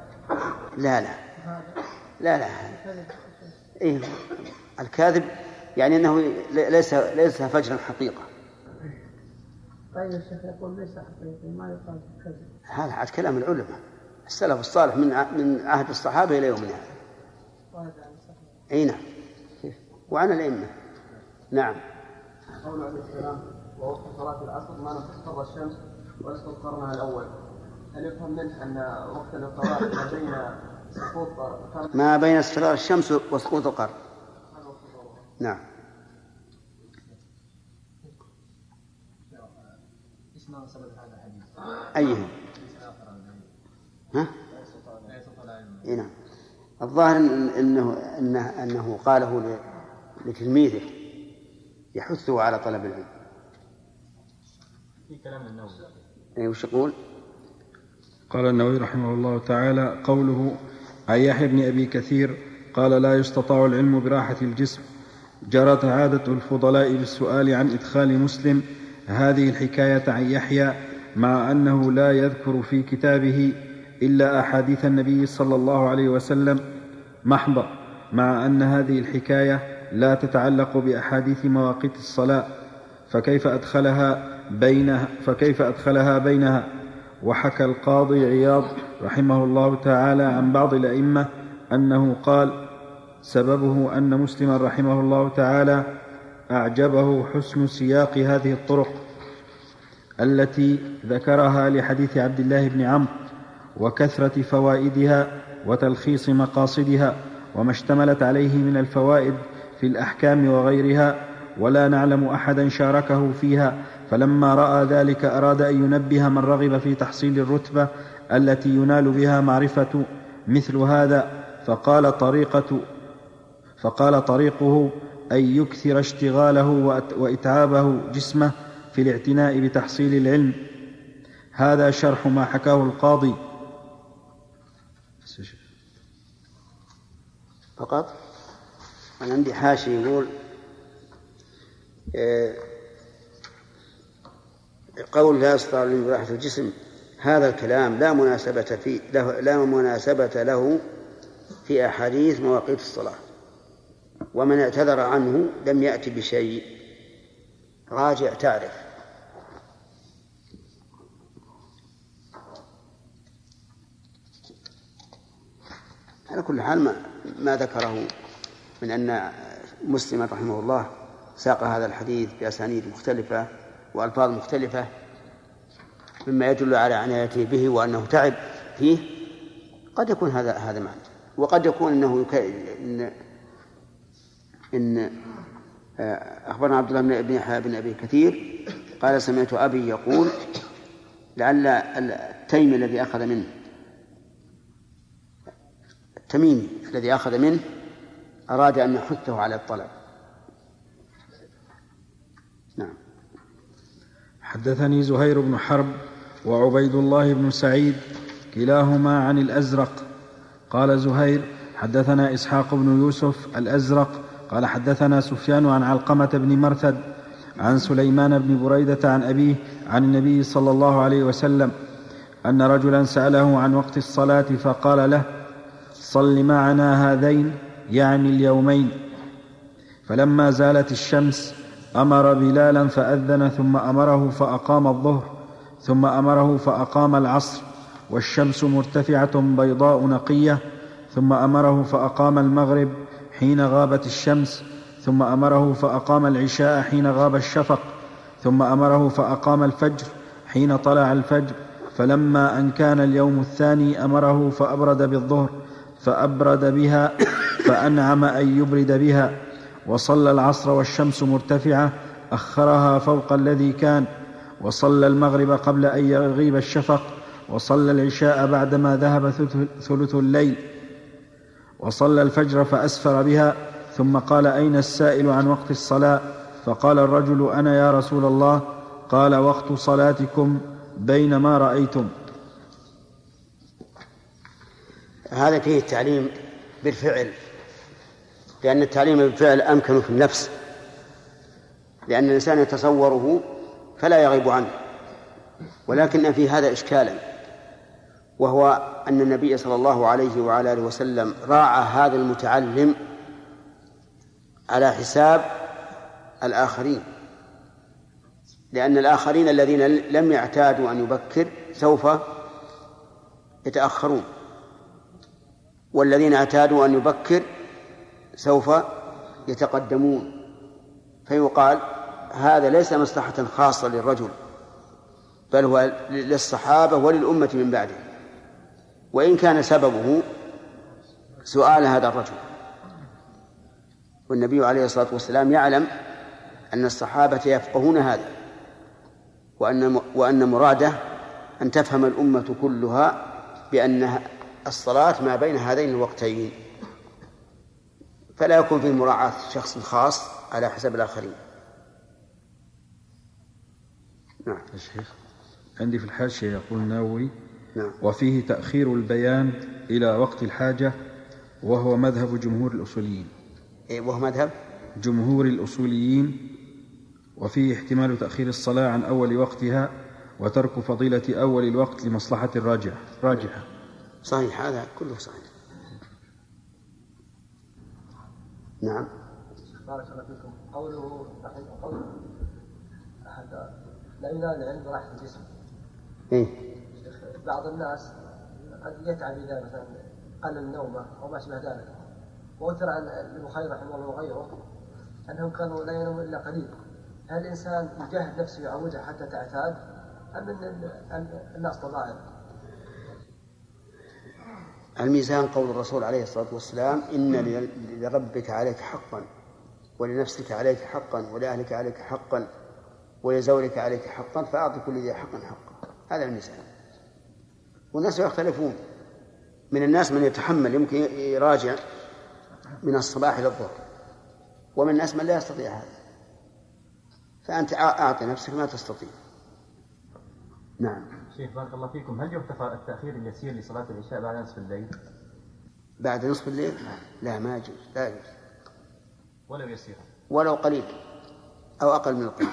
لا إيه الكاذب يعني أنه ليس فجرا حقيقة. طيب يا شيخ يقول ليس حقيقي، ما يقال كذب. هذا عاد كلام العلماء السلف الصالح من عهد الصحابة إلى يومنا هذا. أي نعم. وعن الأئمة. نعم. قول عليه السلام ووقت صلاة العصر ما لم تصفر الشمس ويسقط قرنها الأول، هل يفهم منه أن وقت الاضطراب ما بين سقوط ما بين اصفرار الشمس وسقوط القرن؟ نعم. اسمه سبب هذا الحديث أيه؟ ها؟ نعم. الظاهر أنه قاله لتلميذه يحثه على طلب العلم. في كلام النووي. أي وش يقول؟ قال النووي رحمه الله تعالى قوله عن يحيى بن أبي كثير قال لا يستطاع العلم براحة الجسم، جرت عادة الفضلاء بالسؤال عن إدخال مسلم هذه الحكاية عن يحيى، مع أنه لا يذكر في كتابه إلا أحاديث النبي صلى الله عليه وسلم محضة، مع أن هذه الحكاية لا تتعلق بأحاديث مواقيت الصلاة، فكيف أدخلها بينها. وحكى القاضي عياض رحمه الله تعالى عن بعض الأئمة أنه قال سببه أن مسلما رحمه الله تعالى أعجبه حسن سياق هذه الطرق التي ذكرها لحديث عبد الله بن عمرو وكثرة فوائدها وتلخيص مقاصدها وما اشتملت عليه من الفوائد في الأحكام وغيرها، ولا نعلم أحدا شاركه فيها، فلما رأى ذلك أراد أن ينبه من رغب في تحصيل الرتبة التي ينال بها معرفة مثل هذا، فقال طريقه أن يكثر اشتغاله وإتعابه جسمه في الاعتناء بتحصيل العلم. هذا شرح ما حكاه القاضي فقط. أنا عندي حاشي يقول قول لا يستطيع براحة الجسم، هذا الكلام لا مناسبة له في أحاديث مواقيت الصلاة، ومن اعتذر عنه لم يأتي بشيء. راجع تعرف. على كل حال ما ذكره من أن مسلم رحمه الله ساق هذا الحديث بأسانيد مختلفة وألفاظ مختلفة مما يدل على عنايته به وأنه تعب فيه. قد يكون هذا معنى، وقد يكون أنه إن أخبرنا عبد الله بن أبي كثير قال سمعت أبي يقول لعل التيمي الذي أخذ منه التميمي الذي أخذ منه أراد أن يحثه على الطلب. نعم. حدثني زهير بن حرب وعبيد الله بن سعيد كلاهما عن الأزرق. قال زهير حدثنا إسحاق بن يوسف الأزرق قال حدثنا سفيان عن علقمة بن مرثد عن سليمان بن بريدة عن أبيه عن النبي صلى الله عليه وسلم أن رجلا سأله عن وقت الصلاة فقال له صل معنا هذين، يعني اليومين. فلما زالت الشمس أمر بلالا فأذن، ثم أمره فأقام الظهر، ثم أمره فأقام العصر والشمس مرتفعة بيضاء نقية، ثم أمره فأقام المغرب حين غابت الشمس، ثم أمره فأقام العشاء حين غاب الشفق، ثم أمره فأقام الفجر حين طلع الفجر. فلما أن كان اليوم الثاني أمره فأبرد بالظهر فأبرد بها فأنعم أن يبرد بها، وصلى العصر والشمس مرتفعة أخرها فوق الذي كان، وصلى المغرب قبل أن يغيب الشفق، وصلى العشاء بعدما ذهب ثلث الليل، وصلى الفجر فأسفر بها. ثم قال أين السائل عن وقت الصلاة؟ فقال الرجل أنا يا رسول الله. قال وقت صلاتكم بينما رأيتم. هذا فيه التعليم بالفعل، لأن التعليم بالفعل أمكن في النفس، لأن الإنسان يتصوره فلا يغيب عنه. ولكن في هذا إشكالا، وهو أن النبي صلى الله عليه وعلى آله وسلم راعى هذا المتعلم على حساب الآخرين، لأن الآخرين الذين لم يعتادوا أن يبكر سوف يتأخرون، والذين اعتادوا أن يبكر سوف يتقدمون. فيقال هذا ليس مصلحة خاصة للرجل، بل هو للصحابة وللأمة من بعده، وإن كان سببه سؤال هذا الرجل. والنبي عليه الصلاة والسلام يعلم أن الصحابة يفقهون هذا، وأن مراده أن تفهم الأمة كلها بأن الصلاة ما بين هذين الوقتين، فلا يكون في مراعاة شخص خاص على حسب الآخرين. نعم. الشيخ عندي في الحاشية يقول النووي نعم. وفيه تأخير البيان إلى وقت الحاجة، وهو مذهب جمهور الأصوليين. وهو مذهب جمهور الأصوليين. وفيه احتمال تأخير الصلاة عن أول وقتها وترك فضيلة أول الوقت لمصلحة راجحة. صحيح، هذا كله صحيح. نعم. بارك الله فيكم. قوله أحد لا ينال العلم براحة الجسم. بعض الناس قد يتعب إذا مثلا قل النوم أو ما شبه ذلك، وأثر عن البخاري رحمه الله وغيره أنهم كانوا لا ينامون إلا قليل، هل الإنسان يجاهد نفسه ويعودها حتى تعتاد أم أن الناس طبائع؟ الميزان قول الرسول عليه الصلاة والسلام: إن لربك عليك حقا، ولنفسك عليك حقا، ولأهلك عليك حقا، ولزوجك عليك حقا، فأعطي كل ذي حقا حقا. هذا الميزان. والناس يختلفون، من الناس من يتحمل يمكن يراجع من الصباح إلى الظهر، ومن الناس من لا يستطيع هذا، فأنت أعطي نفسك ما تستطيع. نعم. شيخ بارك الله فيكم، هل يغتفر التأخير اليسير لصلاة العشاء بعد نصف الليل؟ بعد نصف الليل؟ لا، ما يجوز، لا يجوز، ولو يسيرا، ولو قليل أو أقل من القليل.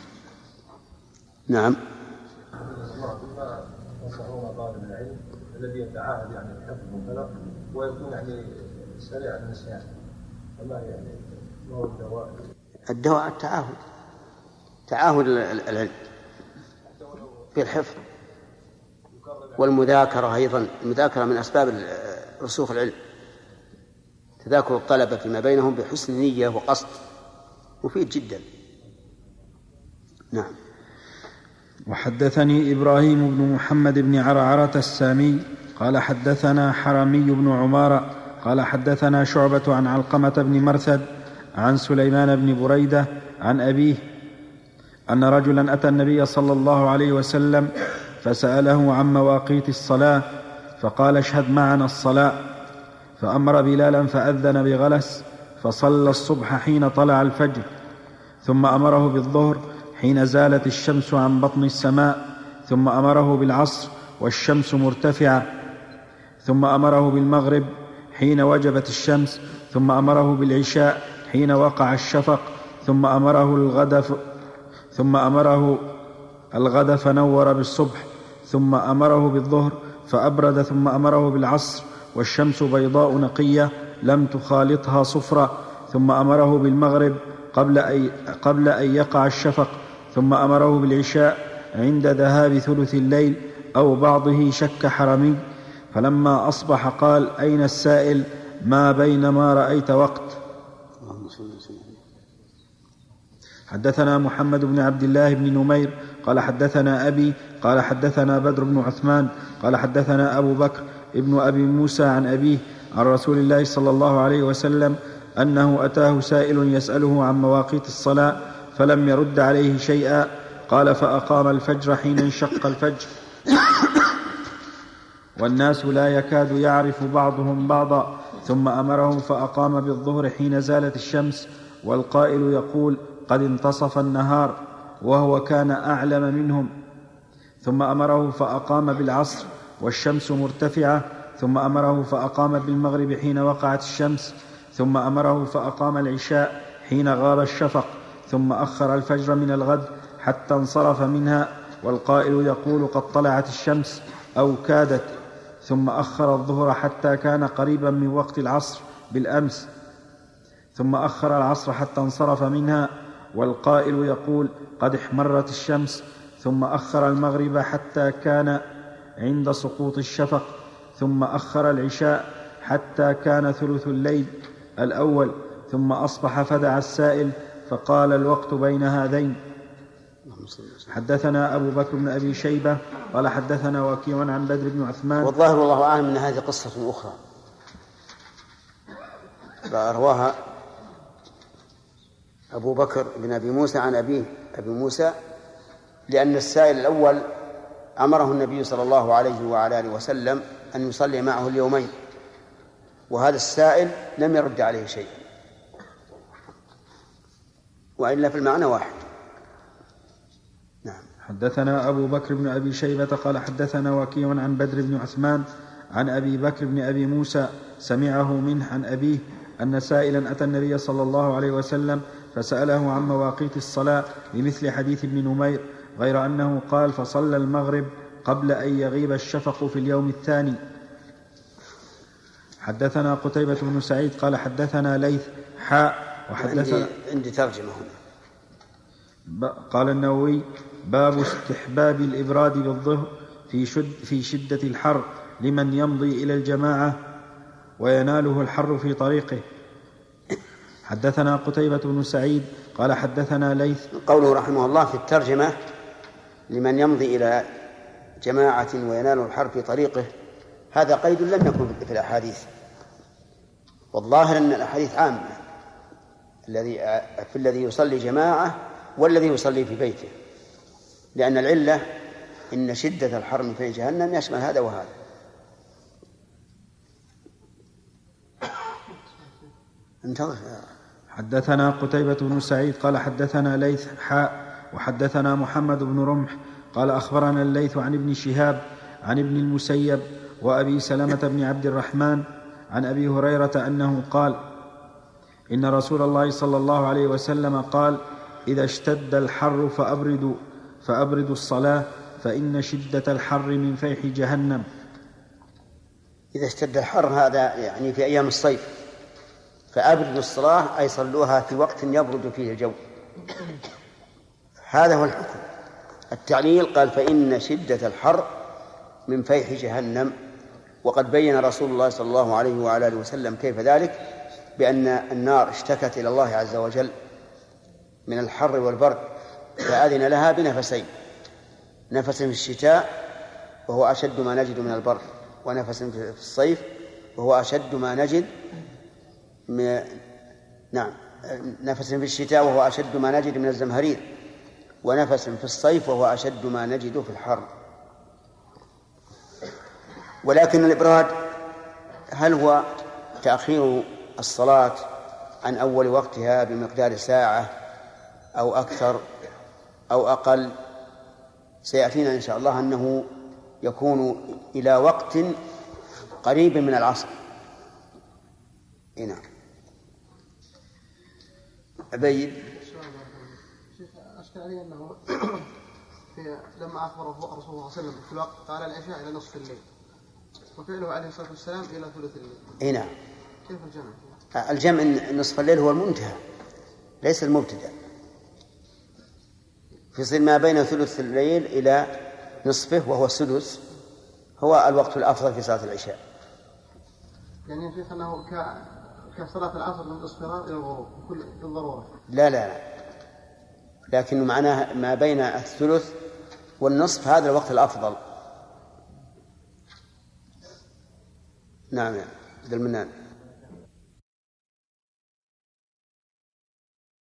نعم. بما نصحون طالب العلم الذي يتعاهد يعني الحفظ والبلاغ ويكون يعني سريع النسيان، فما يعني ما هو الدواء؟ الدواء تعاهد العلم بالحفظ والمذاكرة. أيضا المذاكرة من أسباب رسوخ العلم، تذاكر الطلبة فيما بينهم بحسن نية وقصد مفيد جدا. نعم. وحدثني إبراهيم بن محمد بن عرعرة السامي قال حدثنا حرمي بن عمارة قال حدثنا شعبة عن علقمة بن مرثد عن سليمان بن بريدة عن أبيه أن رجلا أتى النبي صلى الله عليه وسلم فسأله عن مواقيت الصلاة فقال: اشهد معنا الصلاة. فأمر بلالا فأذن بغلس فصلى الصبح حين طلع الفجر، ثم أمره بالظهر حين زالت الشمس عن بطن السماء، ثم أمره بالعصر والشمس مرتفعة، ثم أمره بالمغرب حين وجبت الشمس، ثم أمره بالعشاء حين وقع الشفق، ثم أمره الغد فنور بالصبح، ثم أمره بالظهر فأبرد، ثم أمره بالعصر والشمس بيضاء نقية لم تخالطها صفرة، ثم أمره بالمغرب قبل أن يقع الشفق، ثم أمره بالعشاء عند ذهاب ثلث الليل أو بعضه، شك حرمي. فلما أصبح قال: أين السائل؟ ما بين ما رأيت وقت. حدثنا محمد بن عبد الله بن نمير قال حدثنا أبي قال حدثنا بدر بن عثمان قال حدثنا أبو بكر ابن أبي موسى عن أبيه عن رسول الله صلى الله عليه وسلم أنه أتاه سائل يسأله عن مواقيت الصلاة فلم يرد عليه شيئا. قال: فأقام الفجر حين انشق الفجر والناس لا يكاد يعرف بعضهم بعضا، ثم أمره فأقام بالظهر حين زالت الشمس والقائل يقول: قد انتصف النهار، وهو كان أعلم منهم، ثم أمره فأقام بالعصر والشمس مرتفعة، ثم أمره فأقام بالمغرب حين وقعت الشمس، ثم أمره فأقام العشاء حين غاب الشفق، ثم أخر الفجر من الغد حتى انصرف منها، والقائل يقول: قد طلعت الشمس أو كادت، ثم أخر الظهر حتى كان قريبا من وقت العصر بالأمس، ثم أخر العصر حتى انصرف منها، والقائل يقول: قد احمرت الشمس، ثم أخر المغرب حتى كان عند سقوط الشفق، ثم أخر العشاء حتى كان ثلث الليل الأول، ثم أصبح فدعا السائل فقال: الوقت بين هذين. حدثنا أبو بكر بن أبي شيبة قال حدثنا وكيع عن بدر بن عثمان. والظاهر والله أعلم أن هذه قصة أخرى رواها أبو بكر بن أبي موسى عن أبيه أبي موسى، لأن السائل الأول أمره النبي صلى الله عليه وعلى آله وسلم أن يصلي معه اليومين، وهذا السائل لم يرد عليه شيء، وإلا في المعنى واحد. نعم. حدثنا أبو بكر بن أبي شيبة قال حدثنا وكيع عن بدر بن عثمان عن أبي بكر بن أبي موسى سمعه منه عن أبيه أن سائلا أتى النبي صلى الله عليه وسلم فسأله عن مواقيت الصلاة بمثل حديث ابن نمير، غير أنه قال: فصلى المغرب قبل أن يغيب الشفق في اليوم الثاني. حدثنا قتيبة بن سعيد قال حدثنا ليث وحدثنا عندي ترجمة هنا. قال النووي: باب استحباب الإبراد بالظهر في شدة الحر لمن يمضي إلى الجماعة ويناله الحر في طريقه. حدثنا قتيبة بن سعيد قال حدثنا ليث. قوله رحمه الله في الترجمة لمن يمضي إلى جماعة وينال الحر في طريقه، هذا قيد لم يكن في الأحاديث، والظاهر أن الأحاديث عامة في الذي يصلي جماعة والذي يصلي في بيته، لأن العلة إن شدة الحر من فيح جهنم يشمل هذا وهذا. انتظر. حدثنا قتيبة بن سعيد قال حدثنا ليث وحدثنا محمد بن رمح قال أخبرنا الليث عن ابن شهاب عن ابن المسيب وأبي سلمة بن عبد الرحمن عن أبي هريرة أنه قال إن رسول الله صلى الله عليه وسلم قال إذا اشتد الحر فأبردوا الصلاة فإن شدة الحر من فيح جهنم. إذا اشتد الحر هذا يعني في أيام الصيف، فأبردوا الصلاة أي صلوها في وقت يبرد فيه الجو، هذا هو الحكم. التعليل قال فإن شدة الحر من فيح جهنم، وقد بين رسول الله صلى الله عليه وعلى آله وسلم كيف ذلك، بأن النار اشتكت إلى الله عز وجل من الحر والبرد فأذن لها بنفسين، نفس في الشتاء وهو أشد ما نجد من البرد، ونفس في الصيف وهو أشد ما نجد نفس في الشتاء وهو أشد ما نجد من الزمهرير، ونفس في الصيف وهو أشد ما نجد في الحر. ولكن الإبراد هل هو تأخير الصلاة عن أول وقتها بمقدار ساعة أو أكثر أو أقل؟ سيأتينا إن شاء الله أنه يكون إلى وقت قريب من العصر. نعم. أبين شيخ أشكال علي أنه لما أخبر الرسول صلى الله عليه وسلم في الوقت قال العشاء إلى نصف الليل، وفعله عليه الصلاة والسلام إلى ثلث الليل. نعم. كيف الجمع؟ الجمع نصف الليل هو المنتهى ليس المبتدأ، في ما بين ثلث الليل إلى نصفه وهو السدس هو الوقت الأفضل في صلاة العشاء. يعني يا شيخ أنه كصلاة العصر من الاصفرار إلى الغروب بالضرورة؟ لا، لكن معناه ما بين الثلث والنصف هذا الوقت الأفضل. نعم يا عبد المنان.